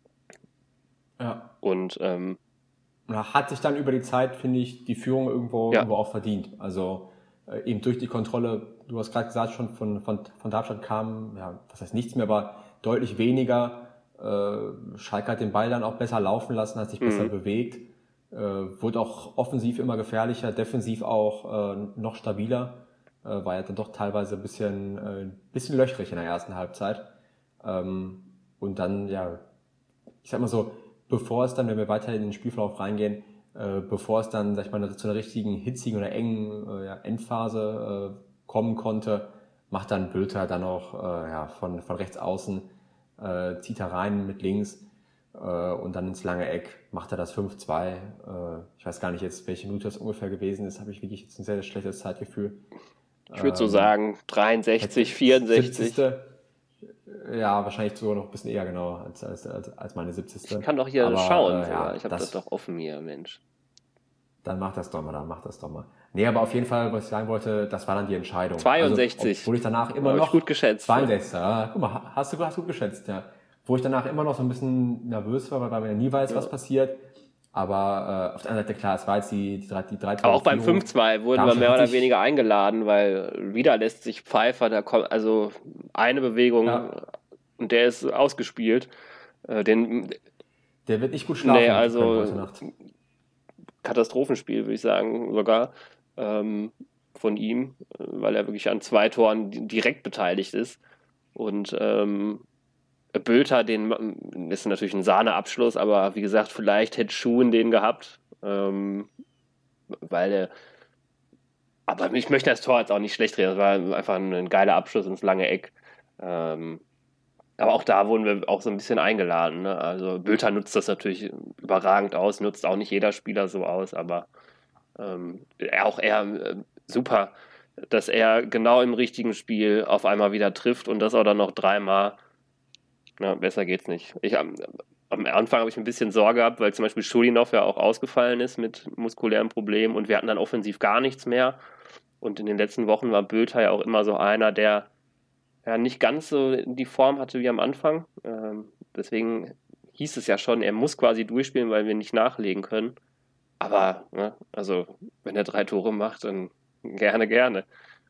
A: Ja.
B: Und
A: hat sich dann über die Zeit, finde ich, die Führung irgendwo auch verdient. Also eben durch die Kontrolle, du hast gerade gesagt, schon von Darmstadt kam, das heißt nichts mehr, aber deutlich weniger. Schalke hat den Ball dann auch besser laufen lassen, hat sich besser bewegt. Wurde auch offensiv immer gefährlicher, defensiv auch noch stabiler. War ja dann doch teilweise ein bisschen löchrig in der ersten Halbzeit. Und dann, ich sag mal so, bevor es dann, wenn wir weiter in den Spielverlauf reingehen, bevor es dann, sag ich mal, zu einer richtigen hitzigen oder engen Endphase kommen konnte, macht dann Bülter dann auch von rechts außen, zieht er rein mit links und dann ins lange Eck macht er das 5-2. Ich weiß gar nicht jetzt, welche Minute das ungefähr gewesen ist, habe ich wirklich jetzt ein sehr, sehr schlechtes Zeitgefühl.
B: Ich würde so sagen 63, 64.
A: 70. Ja, wahrscheinlich sogar noch ein bisschen eher genau als meine 70.
B: Ich kann doch hier schauen. Ich habe das doch offen hier, Mensch.
A: Dann mach das doch mal. Nee, aber auf jeden Fall, was ich sagen wollte, das war dann die Entscheidung.
B: 62.
A: Also, obwohl ich danach immer noch...
B: gut geschätzt.
A: 62, ja. Guck mal, hast du gut geschätzt, ja. Wo ich danach immer noch so ein bisschen nervös war, weil man ja nie weiß, was passiert. Aber auf der anderen Seite, klar, es war jetzt die 3
B: Aber auch beim 5-2 wurden wir mehr oder weniger eingeladen, weil wieder lässt sich Pfeiffer, da kommt also eine Bewegung und der ist ausgespielt.
A: Der wird nicht gut schlafen.
B: Nee, also Katastrophenspiel, würde ich sagen, sogar von ihm, weil er wirklich an 2 Toren direkt beteiligt ist. Und Bülter, den ist natürlich ein Sahneabschluss, aber wie gesagt, vielleicht hätte Schuhen den gehabt, weil aber ich möchte das Tor jetzt auch nicht schlecht reden, das war einfach ein geiler Abschluss ins lange Eck. Aber auch da wurden wir auch so ein bisschen eingeladen. Ne? Also Bülter nutzt das natürlich überragend aus, nutzt auch nicht jeder Spieler so aus, aber auch er super, dass er genau im richtigen Spiel auf einmal wieder trifft und das auch dann noch 3-mal. Ja, besser geht's nicht. Am Anfang habe ich ein bisschen Sorge gehabt, weil zum Beispiel Schulinov ja auch ausgefallen ist mit muskulären Problemen und wir hatten dann offensiv gar nichts mehr. Und in den letzten Wochen war Bülter ja auch immer so einer, der ja nicht ganz so die Form hatte wie am Anfang. Deswegen hieß es ja schon, er muss quasi durchspielen, weil wir nicht nachlegen können. Aber, ne, also, wenn er 3 Tore macht, dann gerne, gerne.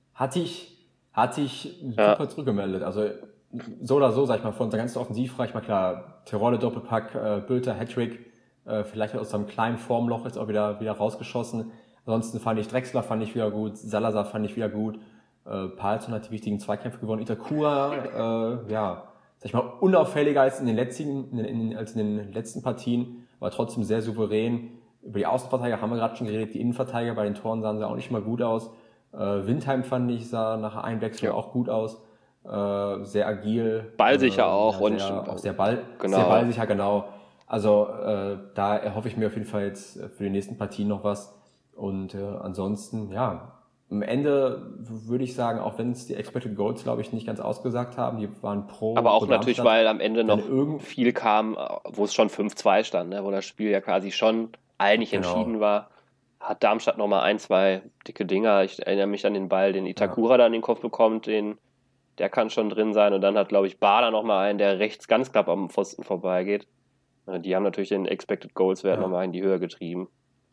A: Hatte ich
B: Ja,
A: super zurückgemeldet. Also so oder so, sag ich mal, von unserer ganzen Offensivreihe, ich mal klar, Terodde Doppelpack, Bülter Hattrick, vielleicht aus seinem kleinen Formloch jetzt auch wieder rausgeschossen. Ansonsten fand ich Drexler fand ich wieder gut, Salazar fand ich wieder gut, Palsson hat die wichtigen Zweikämpfe gewonnen, Itakura, sag ich mal, unauffälliger als als in den letzten Partien, war trotzdem sehr souverän. Über die Außenverteidiger haben wir gerade schon geredet, die Innenverteidiger bei den Toren sahen sie auch nicht mal gut aus. Windheim fand ich, sah nach Einwechslung
B: ja.
A: auch gut aus. Sehr agil,
B: Ballsicher auch und
A: auch sehr
B: genau.
A: ballsicher, genau. Also da erhoffe ich mir auf jeden Fall jetzt für die nächsten Partien noch was. Und ansonsten, ja, am Ende würde ich sagen, auch wenn es die Expected Goals, glaube ich, nicht ganz ausgesagt haben, die waren
B: Aber
A: pro
B: auch natürlich,
A: Darmstadt,
B: weil am Ende
A: dann
B: noch viel kam, wo es schon 5-2 stand, ne, wo das Spiel ja quasi schon eigentlich entschieden
A: genau,
B: war, hat Darmstadt nochmal 1, 2 dicke Dinger. Ich erinnere mich an den Ball, den
A: ja,
B: Itakura da in den Kopf bekommt, der kann schon drin sein. Und dann hat, glaube ich, Bader nochmal einen, der rechts ganz knapp am Pfosten vorbeigeht. Die haben natürlich den Expected Goals Wert
A: ja,
B: nochmal in die Höhe getrieben.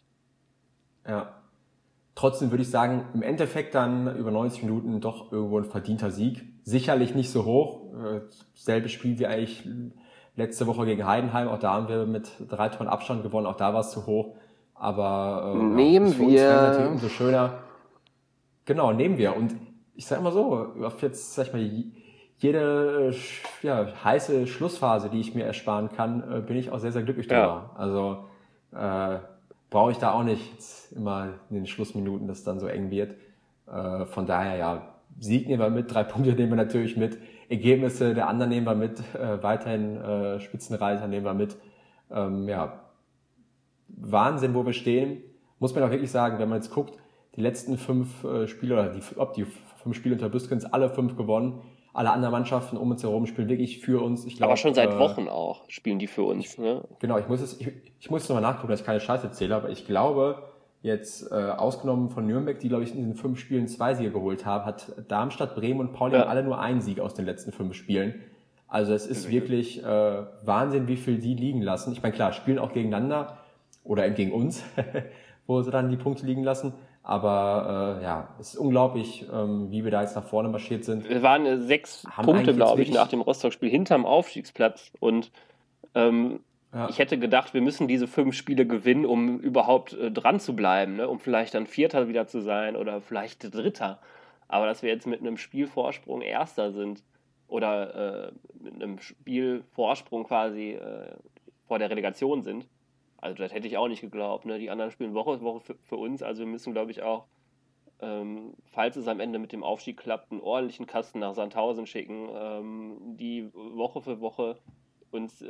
A: ja. Trotzdem würde ich sagen, im Endeffekt dann über 90 Minuten doch irgendwo ein verdienter Sieg. Sicherlich nicht so hoch. Selbes Spiel wie eigentlich letzte Woche gegen Heidenheim. Auch da haben wir mit 3 Toren Abstand gewonnen. Auch da war es zu hoch. Aber ist
B: Nehmen
A: für uns Fans natürlich
B: wir.
A: umso schöner. Genau, nehmen wir. Und ich sage mal so, auf jetzt, sag ich mal, jede heiße Schlussphase, die ich mir ersparen kann, bin ich auch sehr, sehr glücklich
B: Ja,
A: drüber. Also äh, brauche ich da auch nicht jetzt immer in den Schlussminuten, dass es dann so eng wird. Von daher, ja, Sieg nehmen wir mit, 3 Punkte nehmen wir natürlich mit, Ergebnisse der anderen nehmen wir mit, weiterhin Spitzenreiter nehmen wir mit. Ja, Wahnsinn, wo wir stehen. Muss man auch wirklich sagen, wenn man jetzt guckt, die letzten 5 Spiele, oder die 5 Spiele unter Büskens, alle 5 gewonnen. Alle anderen Mannschaften um uns herum spielen wirklich für uns. Ich
B: aber schon seit
A: glaube,
B: Wochen auch spielen die für uns. Ne?
A: genau, ich muss nochmal nachgucken, dass ich keine Scheiße erzähle, aber ich glaube, jetzt ausgenommen von Nürnberg, die, glaube ich, in diesen 5 Spielen 2 Siege geholt haben, hat Darmstadt, Bremen und Pauli haben
B: Ja,
A: alle nur einen Sieg aus den letzten 5 Spielen. Also es ist
B: mhm.
A: wirklich Wahnsinn, wie viel die liegen lassen. Ich meine, klar, spielen auch gegeneinander oder eben gegen uns, wo sie dann die Punkte liegen lassen. Aber es ist unglaublich, wie wir da jetzt nach vorne marschiert sind.
B: Wir waren 6
A: Haben
B: Punkte,
A: eigentlich jetzt
B: glaube ich, nach
A: wirklich,
B: dem Rostock-Spiel hinterm Aufstiegsplatz. Und ähm,
A: ja,
B: ich hätte gedacht, wir müssen diese 5 Spiele gewinnen, um überhaupt dran zu bleiben, ne? Um vielleicht dann Vierter wieder zu sein oder vielleicht Dritter. Aber dass wir jetzt mit einem Spielvorsprung Erster sind oder mit einem Spielvorsprung quasi vor der Relegation sind, also das hätte ich auch nicht geglaubt. Ne? Die anderen spielen Woche für Woche für uns, also wir müssen, glaube ich, auch falls es am Ende mit dem Aufstieg klappt, einen ordentlichen Kasten nach Sandhausen schicken, die Woche für Woche uns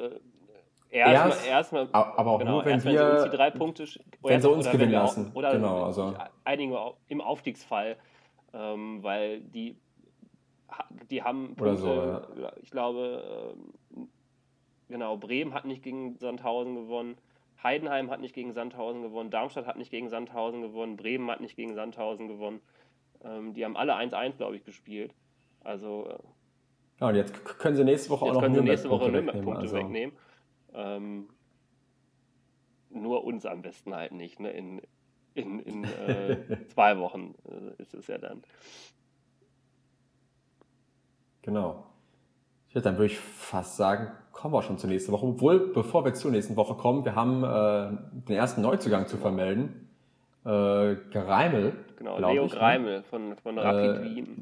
A: aber auch
B: genau,
A: nur, wenn
B: erst wenn sie uns die
A: wir,
B: 3 Punkte
A: wenn sie uns
B: oder wenn
A: gewinnen
B: wir
A: lassen.
B: oder
A: Genau,
B: sich
A: also,
B: einigen im Aufstiegsfall, weil die haben
A: oder so,
B: Punkte,
A: ja.
B: ich glaube, genau, Bremen hat nicht gegen Sandhausen gewonnen. Heidenheim hat nicht gegen Sandhausen gewonnen, Darmstadt hat nicht gegen Sandhausen gewonnen, Bremen hat nicht gegen Sandhausen gewonnen. Die haben alle 1-1, glaube ich, gespielt. Also
A: Ja, und jetzt können sie nächste Woche auch
B: jetzt
A: noch
B: können sie nächste Woche
A: Nürnberg-Punkte
B: Nürnberg
A: wegnehmen.
B: Punkte
A: Also,
B: wegnehmen. Ähm, nur uns am besten halt nicht. Ne? In 2 Wochen ist es ja dann.
A: genau. Dann würde ich fast sagen, kommen wir schon zur nächsten Woche. Obwohl, bevor wir zur nächsten Woche kommen, wir haben den ersten Neuzugang zu
B: Genau,
A: vermelden. Greimel,
B: genau.
A: glaube
B: Leo
A: ich, ne?
B: Greimel von Rapid
A: Äh,
B: Wien.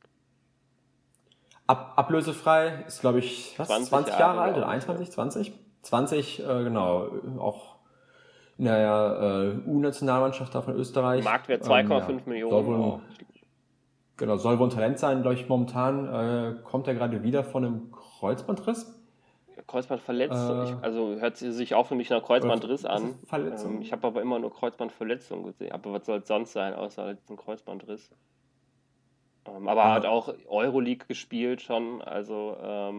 A: ablösefrei, ist, glaube ich, was,
B: 20
A: 20 Jahre
B: Jahre,
A: alt oder
B: glaube ich. Ja.
A: 21, 20? 20, genau, auch in der U-Nationalmannschaft da von Österreich.
B: Marktwert 2,5
A: Soll
B: Millionen
A: wohl
B: auch.
A: soll wohl ein Talent sein, glaube ich, momentan. Kommt er gerade wieder von einem Kreuzbandriss.
B: Kreuzband verletzt.
A: Äh,
B: Also hört sich auch für mich nach
A: oder
B: Kreuzbandriss
A: ist es
B: an. Ich
A: Verletzung?
B: habe aber immer nur Kreuzbandverletzung gesehen. Aber was soll es sonst sein, außer halt ein Kreuzbandriss? Aber hat
A: Ja,
B: auch Euroleague gespielt schon. Also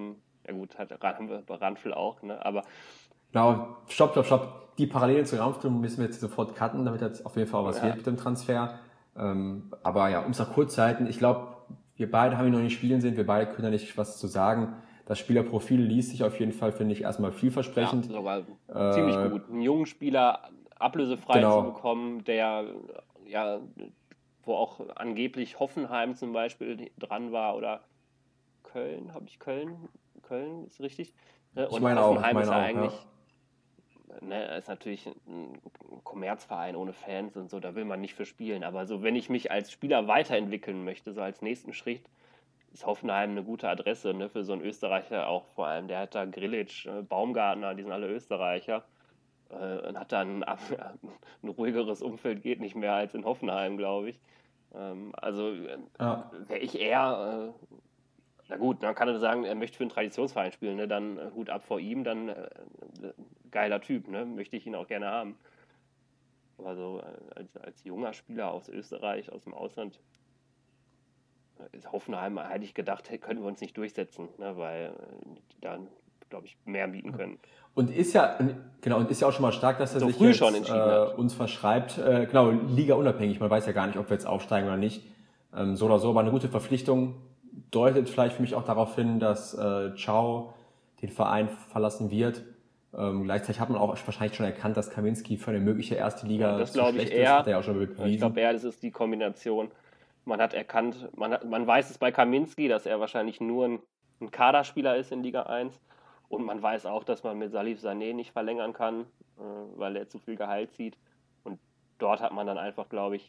B: Ja gut, haben wir bei Ranfl auch, ne? Aber
A: Genau, stopp. Die Parallelen zu Ranfl müssen wir jetzt sofort cutten, damit jetzt auf jeden Fall was wird mit dem Transfer. Aber ja, um es noch kurz zu halten, ich glaube, wir beide haben ihn noch nicht spielen sehen, wir beide können da nicht was zu sagen. Das Spielerprofil liest sich auf jeden Fall, finde ich, erstmal vielversprechend.
B: Ja, sogar ziemlich gut. Einen jungen Spieler ablösefrei zu bekommen, der ja, wo auch angeblich Hoffenheim zum Beispiel dran war oder Köln, habe ich Köln? Köln ist richtig. Und
A: ich meine
B: Hoffenheim ist ja
A: auch,
B: eigentlich, ne, ist natürlich ein Kommerzverein ohne Fans und so, da will man nicht für spielen. Aber so, wenn ich mich als Spieler weiterentwickeln möchte, so als nächsten Schritt, ist Hoffenheim eine gute Adresse, ne, für so einen Österreicher auch vor allem. Der hat da Grillitsch, Baumgartner, die sind alle Österreicher. Und hat dann ein ruhigeres Umfeld, geht nicht mehr als in Hoffenheim, glaube ich. Also wäre ich eher, na gut, dann kann er sagen, er möchte für einen Traditionsverein spielen, ne? Dann Hut ab vor ihm, dann geiler Typ, ne? Möchte ich ihn auch gerne haben. Also als junger Spieler aus Österreich, aus dem Ausland, ist Hoffenheim, hätte ich gedacht, könnten wir uns nicht durchsetzen, ne? Weil die dann, glaube ich, mehr bieten können.
A: Und ist ja auch schon mal stark, dass er
B: so
A: sich
B: früh
A: jetzt
B: schon entschieden hat.
A: Uns verschreibt. Genau, Liga unabhängig. Man weiß ja gar nicht, ob wir jetzt aufsteigen oder nicht. So oder so, aber eine gute Verpflichtung deutet vielleicht für mich auch darauf hin, dass Ciao den Verein verlassen wird. Gleichzeitig hat man auch wahrscheinlich schon erkannt, dass Kaminski für eine mögliche erste Liga
B: das
A: zu schlecht ist. Hat er ja auch schon bewiesen.
B: Ich glaube eher, das ist die Kombination. Man hat erkannt, man weiß es bei Kaminski, dass er wahrscheinlich nur ein Kaderspieler ist in Liga 1. Und man weiß auch, dass man mit Salif Sané nicht verlängern kann, weil er zu viel Gehalt zieht. Und dort hat man dann einfach, glaube ich,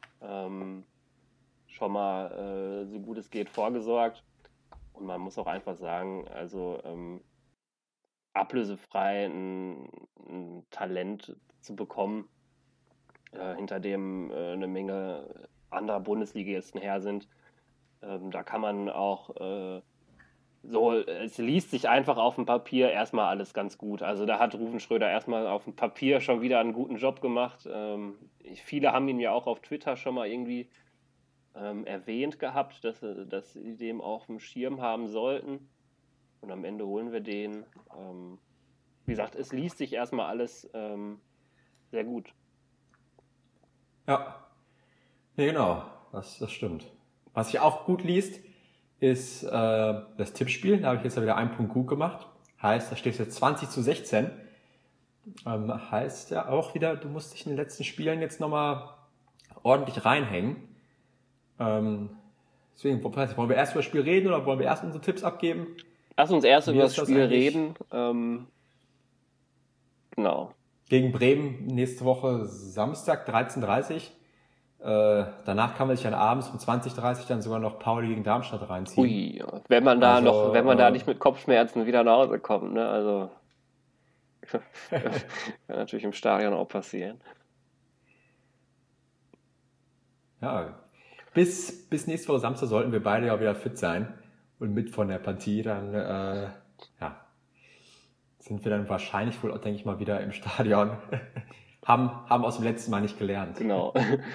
B: schon mal so gut es geht vorgesorgt. Und man muss auch einfach sagen, also ablösefrei ein Talent zu bekommen, hinter dem eine Menge anderer Bundesligisten her sind. Da kann man auch es liest sich einfach auf dem Papier erstmal alles ganz gut. Also da hat Ruven Schröder erstmal auf dem Papier schon wieder einen guten Job gemacht. Viele haben ihn ja auch auf Twitter schon mal irgendwie erwähnt gehabt, dass sie den auch auf dem Schirm haben sollten. Und am Ende holen wir den. Wie gesagt, es liest sich erstmal alles sehr gut.
A: Ja, nee, genau, das stimmt. Was sich auch gut liest, ist das Tippspiel. Da habe ich jetzt wieder einen Punkt gut gemacht. Heißt, da steht jetzt 20-16. Heißt ja auch wieder, du musst dich in den letzten Spielen jetzt nochmal ordentlich reinhängen. Deswegen, wollen wir erst über das Spiel reden oder wollen wir erst unsere Tipps abgeben?
B: Lass uns erst über das Spiel reden. Genau.
A: Gegen Bremen nächste Woche Samstag 13:30 danach kann man sich dann abends um 20:30 dann sogar noch Pauli gegen Darmstadt reinziehen.
B: Ui, wenn man da nicht mit Kopfschmerzen wieder nach Hause kommt, ne? Also kann natürlich im Stadion auch passieren.
A: Ja, bis nächste Woche Samstag sollten wir beide ja wieder fit sein und mit von der Partie dann sind wir dann wahrscheinlich wohl, denke ich mal, wieder im Stadion. haben aus dem letzten Mal nicht gelernt.
B: Genau.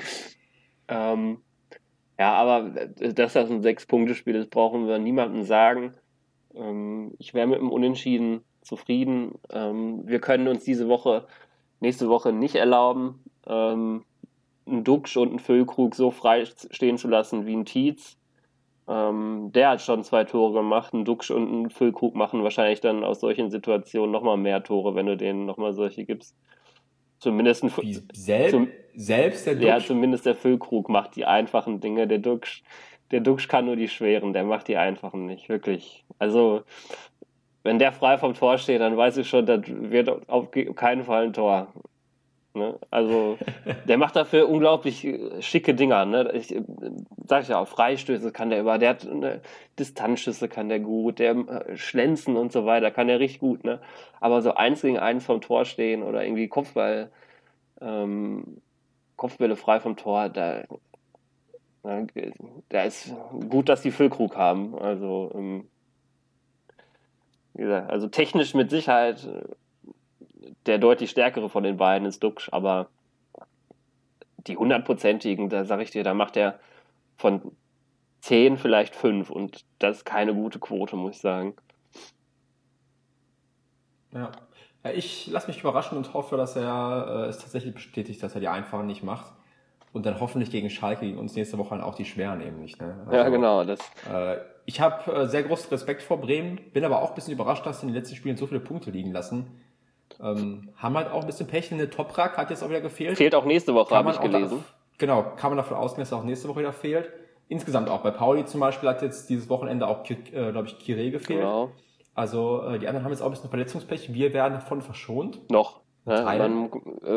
B: Aber dass das ein 6-Punkte-Spiel ist, brauchen wir niemandem sagen. Ich wäre mit dem Unentschieden zufrieden. Wir können uns nächste Woche nicht erlauben, einen Duxch und einen Füllkrug so frei stehen zu lassen wie ein Tietz. Der hat schon 2 Tore gemacht. Ein Duxch und ein Füllkrug machen wahrscheinlich dann aus solchen Situationen nochmal mehr Tore, wenn du denen nochmal solche gibst. Zumindest
A: selbst der Duxch?
B: Ja, zumindest der Füllkrug macht die einfachen Dinge. Der Duxch kann nur die schweren, der macht die einfachen nicht, wirklich. Also, wenn der frei vom Tor steht, dann weiß ich schon, das wird auf keinen Fall ein Tor. Ne? Also, der macht dafür unglaublich schicke Dinger. Ne? Sag ich ja auch, Freistöße kann der der hat Distanzschüsse kann der gut, der Schlenzen und so weiter kann der richtig gut. Ne? Aber so 1 gegen 1 vom Tor stehen oder irgendwie Kopfbälle frei vom Tor, da ist gut, dass die Füllkrug haben. Also, wie gesagt, also technisch mit Sicherheit der deutlich stärkere von den beiden ist Duxch, aber die 100%igen, da sage ich dir, da macht er von 10 vielleicht 5 und das ist keine gute Quote, muss ich sagen.
A: Ja. Ja, ich lasse mich überraschen und hoffe, dass er es tatsächlich bestätigt, dass er die einfachen nicht macht. Und dann hoffentlich gegen Schalke, gegen uns nächste Woche dann auch die schweren eben nicht. Ne?
B: Ja,
A: Also
B: genau.
A: ich habe sehr großen Respekt vor Bremen, bin aber auch ein bisschen überrascht, dass sie in den letzten Spielen so viele Punkte liegen lassen. Haben halt auch ein bisschen Pech, eine Toprak hat jetzt auch wieder gefehlt.
B: Fehlt auch nächste Woche, habe ich
A: auch
B: gelesen.
A: Genau, kann man davon ausgehen, dass er auch nächste Woche wieder fehlt. Insgesamt auch. Bei Pauli zum Beispiel hat jetzt dieses Wochenende auch, glaube ich, Kiré gefehlt.
B: Genau.
A: Also die anderen haben jetzt auch ein bisschen Verletzungspech. Wir werden davon verschont.
B: Noch. Ne?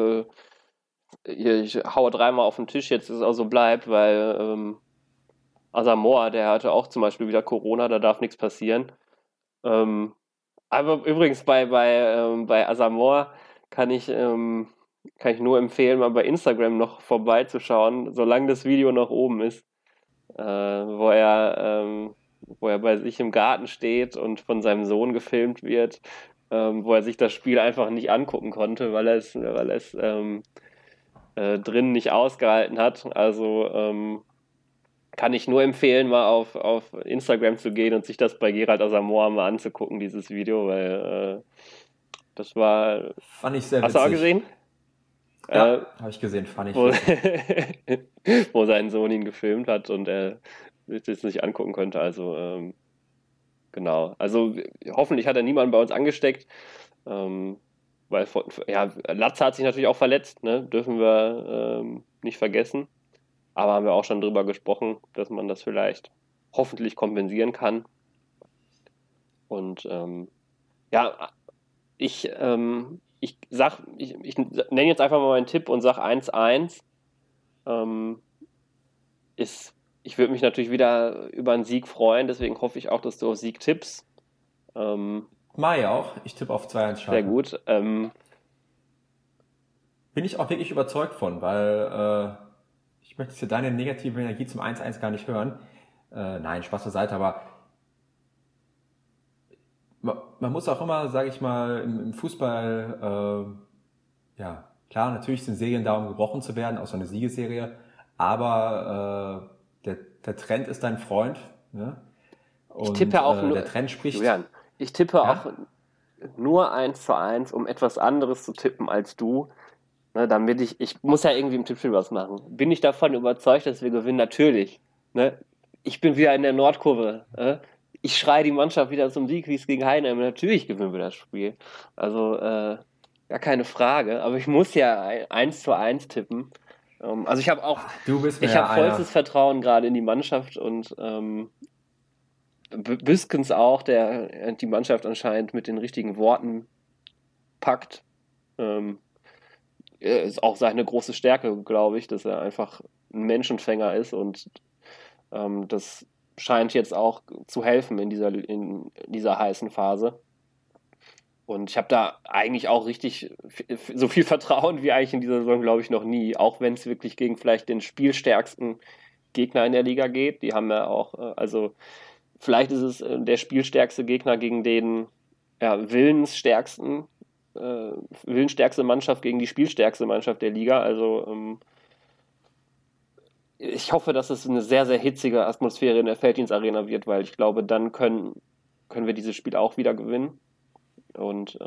B: Ich haue dreimal auf den Tisch, jetzt ist es auch so bleibt, weil Asamoah, der hatte auch zum Beispiel wieder Corona, da darf nichts passieren. Aber übrigens bei Asamoah kann ich nur empfehlen, mal bei Instagram noch vorbeizuschauen, solange das Video noch oben ist, wo er bei sich im Garten steht und von seinem Sohn gefilmt wird, wo er sich das Spiel einfach nicht angucken konnte, weil er es drin nicht ausgehalten hat. Also kann ich nur empfehlen, mal auf Instagram zu gehen und sich das bei Gerald Asamoah mal anzugucken, dieses Video, weil das war...
A: Fand ich sehr
B: witzig. Hast du auch gesehen?
A: Ja, habe ich gesehen, fand ich
B: wo sein Sohn ihn gefilmt hat und er sich das nicht angucken konnte. Also genau. Also hoffentlich hat er niemanden bei uns angesteckt. Weil Latze hat sich natürlich auch verletzt, ne? Dürfen wir nicht vergessen. Aber haben wir auch schon drüber gesprochen, dass man das vielleicht hoffentlich kompensieren kann. Und ich nenne jetzt einfach mal meinen Tipp und sage 1-1. Ich würde mich natürlich wieder über einen Sieg freuen, deswegen hoffe ich auch, dass du auf Sieg tippst.
A: Mai auch. Ich tippe auf 2-1 Schalke.
B: Sehr gut.
A: Bin ich auch wirklich überzeugt von, weil ich möchte jetzt deine negative Energie zum 1-1 gar nicht hören. Nein, Spaß beiseite, aber man muss auch immer, sage ich mal, im Fußball, ja, klar, natürlich sind Serien da, um gebrochen zu werden, auch so eine Siegesserie, aber der Trend ist dein Freund. Ne? Und
B: ich tippe auch nur,
A: der Trend spricht...
B: Julian, ich tippe auch nur 1-1, um etwas anderes zu tippen als du. Ne, damit ich muss ja irgendwie im Tippspiel was machen. Bin ich davon überzeugt, dass wir gewinnen? Natürlich. Ne? Ich bin wieder in der Nordkurve. Ich schreie die Mannschaft wieder zum Sieg, wie es gegen Heidenheim. Natürlich gewinnen wir das Spiel. Also gar keine Frage. Aber ich muss ja 1-1 tippen. Also ich habe auch vollstes Vertrauen gerade in die Mannschaft und Büskens auch, der die Mannschaft anscheinend mit den richtigen Worten packt. Ist auch seine große Stärke, glaube ich, dass er einfach ein Menschenfänger ist und das scheint jetzt auch zu helfen in dieser heißen Phase. Und ich habe da eigentlich auch richtig so viel Vertrauen wie eigentlich in dieser Saison, glaube ich, noch nie. Auch wenn es wirklich gegen vielleicht den spielstärksten Gegner in der Liga geht. Die haben ja auch, also vielleicht ist es der spielstärkste Gegner gegen den willensstärkste Mannschaft gegen die spielstärkste Mannschaft der Liga. Also ich hoffe, dass es eine sehr, sehr hitzige Atmosphäre in der Felddienstarena wird, weil ich glaube, dann können wir dieses Spiel auch wieder gewinnen. Und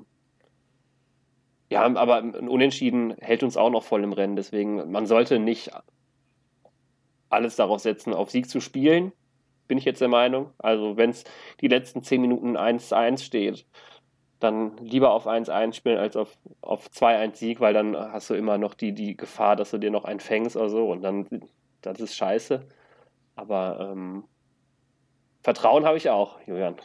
B: aber ein Unentschieden hält uns auch noch voll im Rennen. Deswegen, man sollte nicht alles darauf setzen, auf Sieg zu spielen, bin ich jetzt der Meinung. Also wenn es die letzten 10 Minuten 1-1 steht, dann lieber auf 1-1 spielen als auf 2-1 Sieg, weil dann hast du immer noch die Gefahr, dass du dir noch einen fängst oder so und dann, das ist scheiße. Aber Vertrauen habe ich auch, Julian.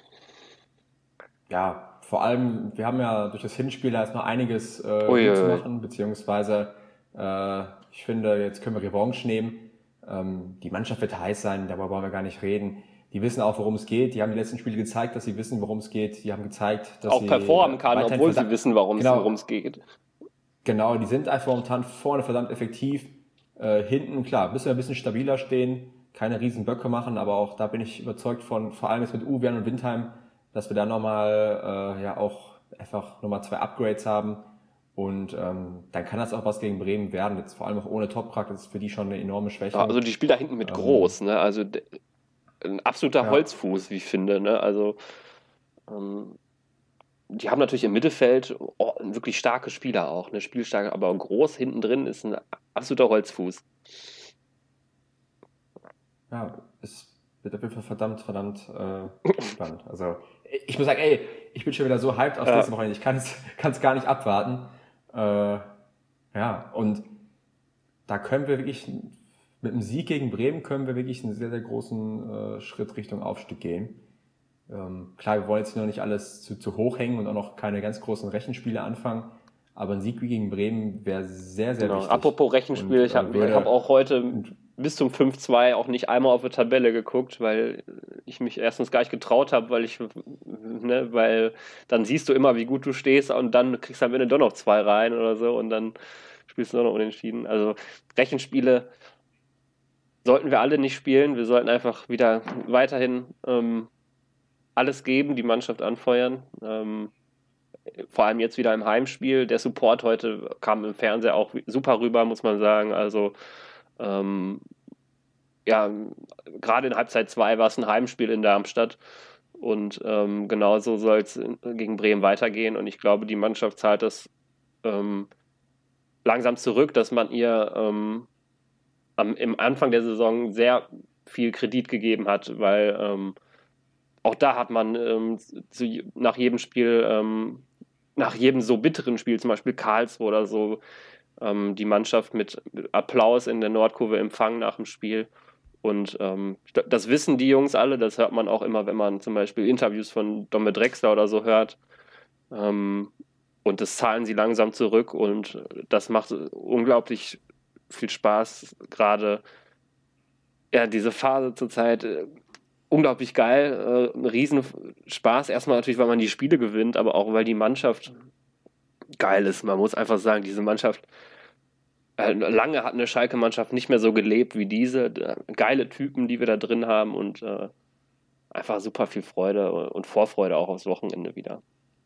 A: Ja, vor allem, wir haben ja durch das Hinspiel da ist noch einiges gut zu machen, beziehungsweise ich finde, jetzt können wir Revanche nehmen. Die Mannschaft wird heiß sein, darüber wollen wir gar nicht reden. Die wissen auch, worum es geht. Die haben die letzten Spiele gezeigt, dass sie wissen, worum es geht. Die haben gezeigt, dass
B: auch
A: sie
B: performen kann, obwohl sie wissen, worum es geht.
A: Genau, die sind einfach momentan vorne verdammt effektiv. Hinten, klar, müssen wir ein bisschen stabiler stehen, keine riesen Böcke machen, aber auch da bin ich überzeugt von, vor allem jetzt mit Uwe und Windheim, dass wir da nochmal auch einfach nochmal 2 Upgrades haben. Und dann kann das auch was gegen Bremen werden. Jetzt vor allem auch ohne Toprak, das ist für die schon eine enorme Schwäche.
B: Ja, also die spielt da hinten mit groß, ne? Also ein absoluter Holzfuß, wie ich finde, ne? Also die haben natürlich im Mittelfeld wirklich starke Spieler auch, eine Spielstarke, aber groß hinten drin ist ein absoluter Holzfuß.
A: Ja, es wird auf jeden Fall verdammt spannend. Also ich muss sagen, ey, ich bin schon wieder so hyped auf nächste Woche. Ich kann es gar nicht abwarten. Ja, und da können wir wirklich, mit dem Sieg gegen Bremen können wir wirklich einen sehr, sehr großen Schritt Richtung Aufstieg gehen. Klar, wir wollen jetzt noch nicht alles zu hoch hängen und auch noch keine ganz großen Rechenspiele anfangen, aber ein Sieg gegen Bremen wäre sehr, sehr wichtig.
B: Apropos Rechenspiel, ich hab auch heute bis zum 5-2 auch nicht einmal auf die Tabelle geguckt, weil ich mich erstens gar nicht getraut habe, weil dann siehst du immer, wie gut du stehst und dann kriegst du am Ende doch noch 2 rein oder so und dann spielst du noch unentschieden. Also Rechenspiele sollten wir alle nicht spielen, wir sollten einfach wieder weiterhin alles geben, die Mannschaft anfeuern. Vor allem jetzt wieder im Heimspiel. Der Support heute kam im Fernseher auch super rüber, muss man sagen. Also gerade in Halbzeit 2 war es ein Heimspiel in Darmstadt und genauso soll es gegen Bremen weitergehen und ich glaube, die Mannschaft zahlt das langsam zurück, dass man ihr im Anfang der Saison sehr viel Kredit gegeben hat, weil auch da hat man nach jedem Spiel, nach jedem so bitteren Spiel, zum Beispiel Karlsruhe oder so, die Mannschaft mit Applaus in der Nordkurve empfangen nach dem Spiel. Und das wissen die Jungs alle, das hört man auch immer, wenn man zum Beispiel Interviews von Domme Drexler oder so hört. Und das zahlen sie langsam zurück und das macht unglaublich viel Spaß, gerade diese Phase zurzeit. Unglaublich geil, ein Riesenspaß. Erstmal natürlich, weil man die Spiele gewinnt, aber auch, weil die Mannschaft geil ist. Man muss einfach sagen, diese Mannschaft, lange hat eine Schalke-Mannschaft nicht mehr so gelebt wie diese. Geile Typen, die wir da drin haben und einfach super viel Freude und Vorfreude auch aufs Wochenende wieder.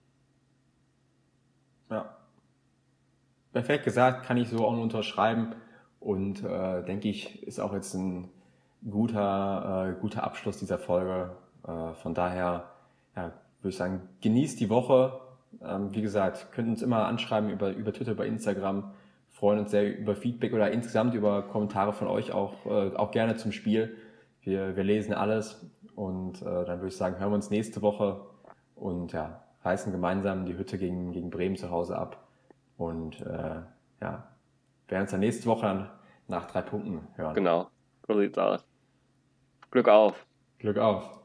A: Ja. Perfekt gesagt, kann ich so auch nur unterschreiben und denke ich, ist auch jetzt ein guter Abschluss dieser Folge. Von daher, ja, würde ich sagen, genießt die Woche. Wie gesagt, könnt uns immer anschreiben über Twitter, über Instagram. Freuen uns sehr über Feedback oder insgesamt über Kommentare von euch auch gerne zum Spiel. Wir lesen alles und dann würde ich sagen, hören wir uns nächste Woche und ja, reißen gemeinsam die Hütte gegen Bremen zu Hause ab und werden uns dann nächste Woche dann nach 3 Punkten hören.
B: Genau, so sieht's aus. Glück auf.
A: Glück auf.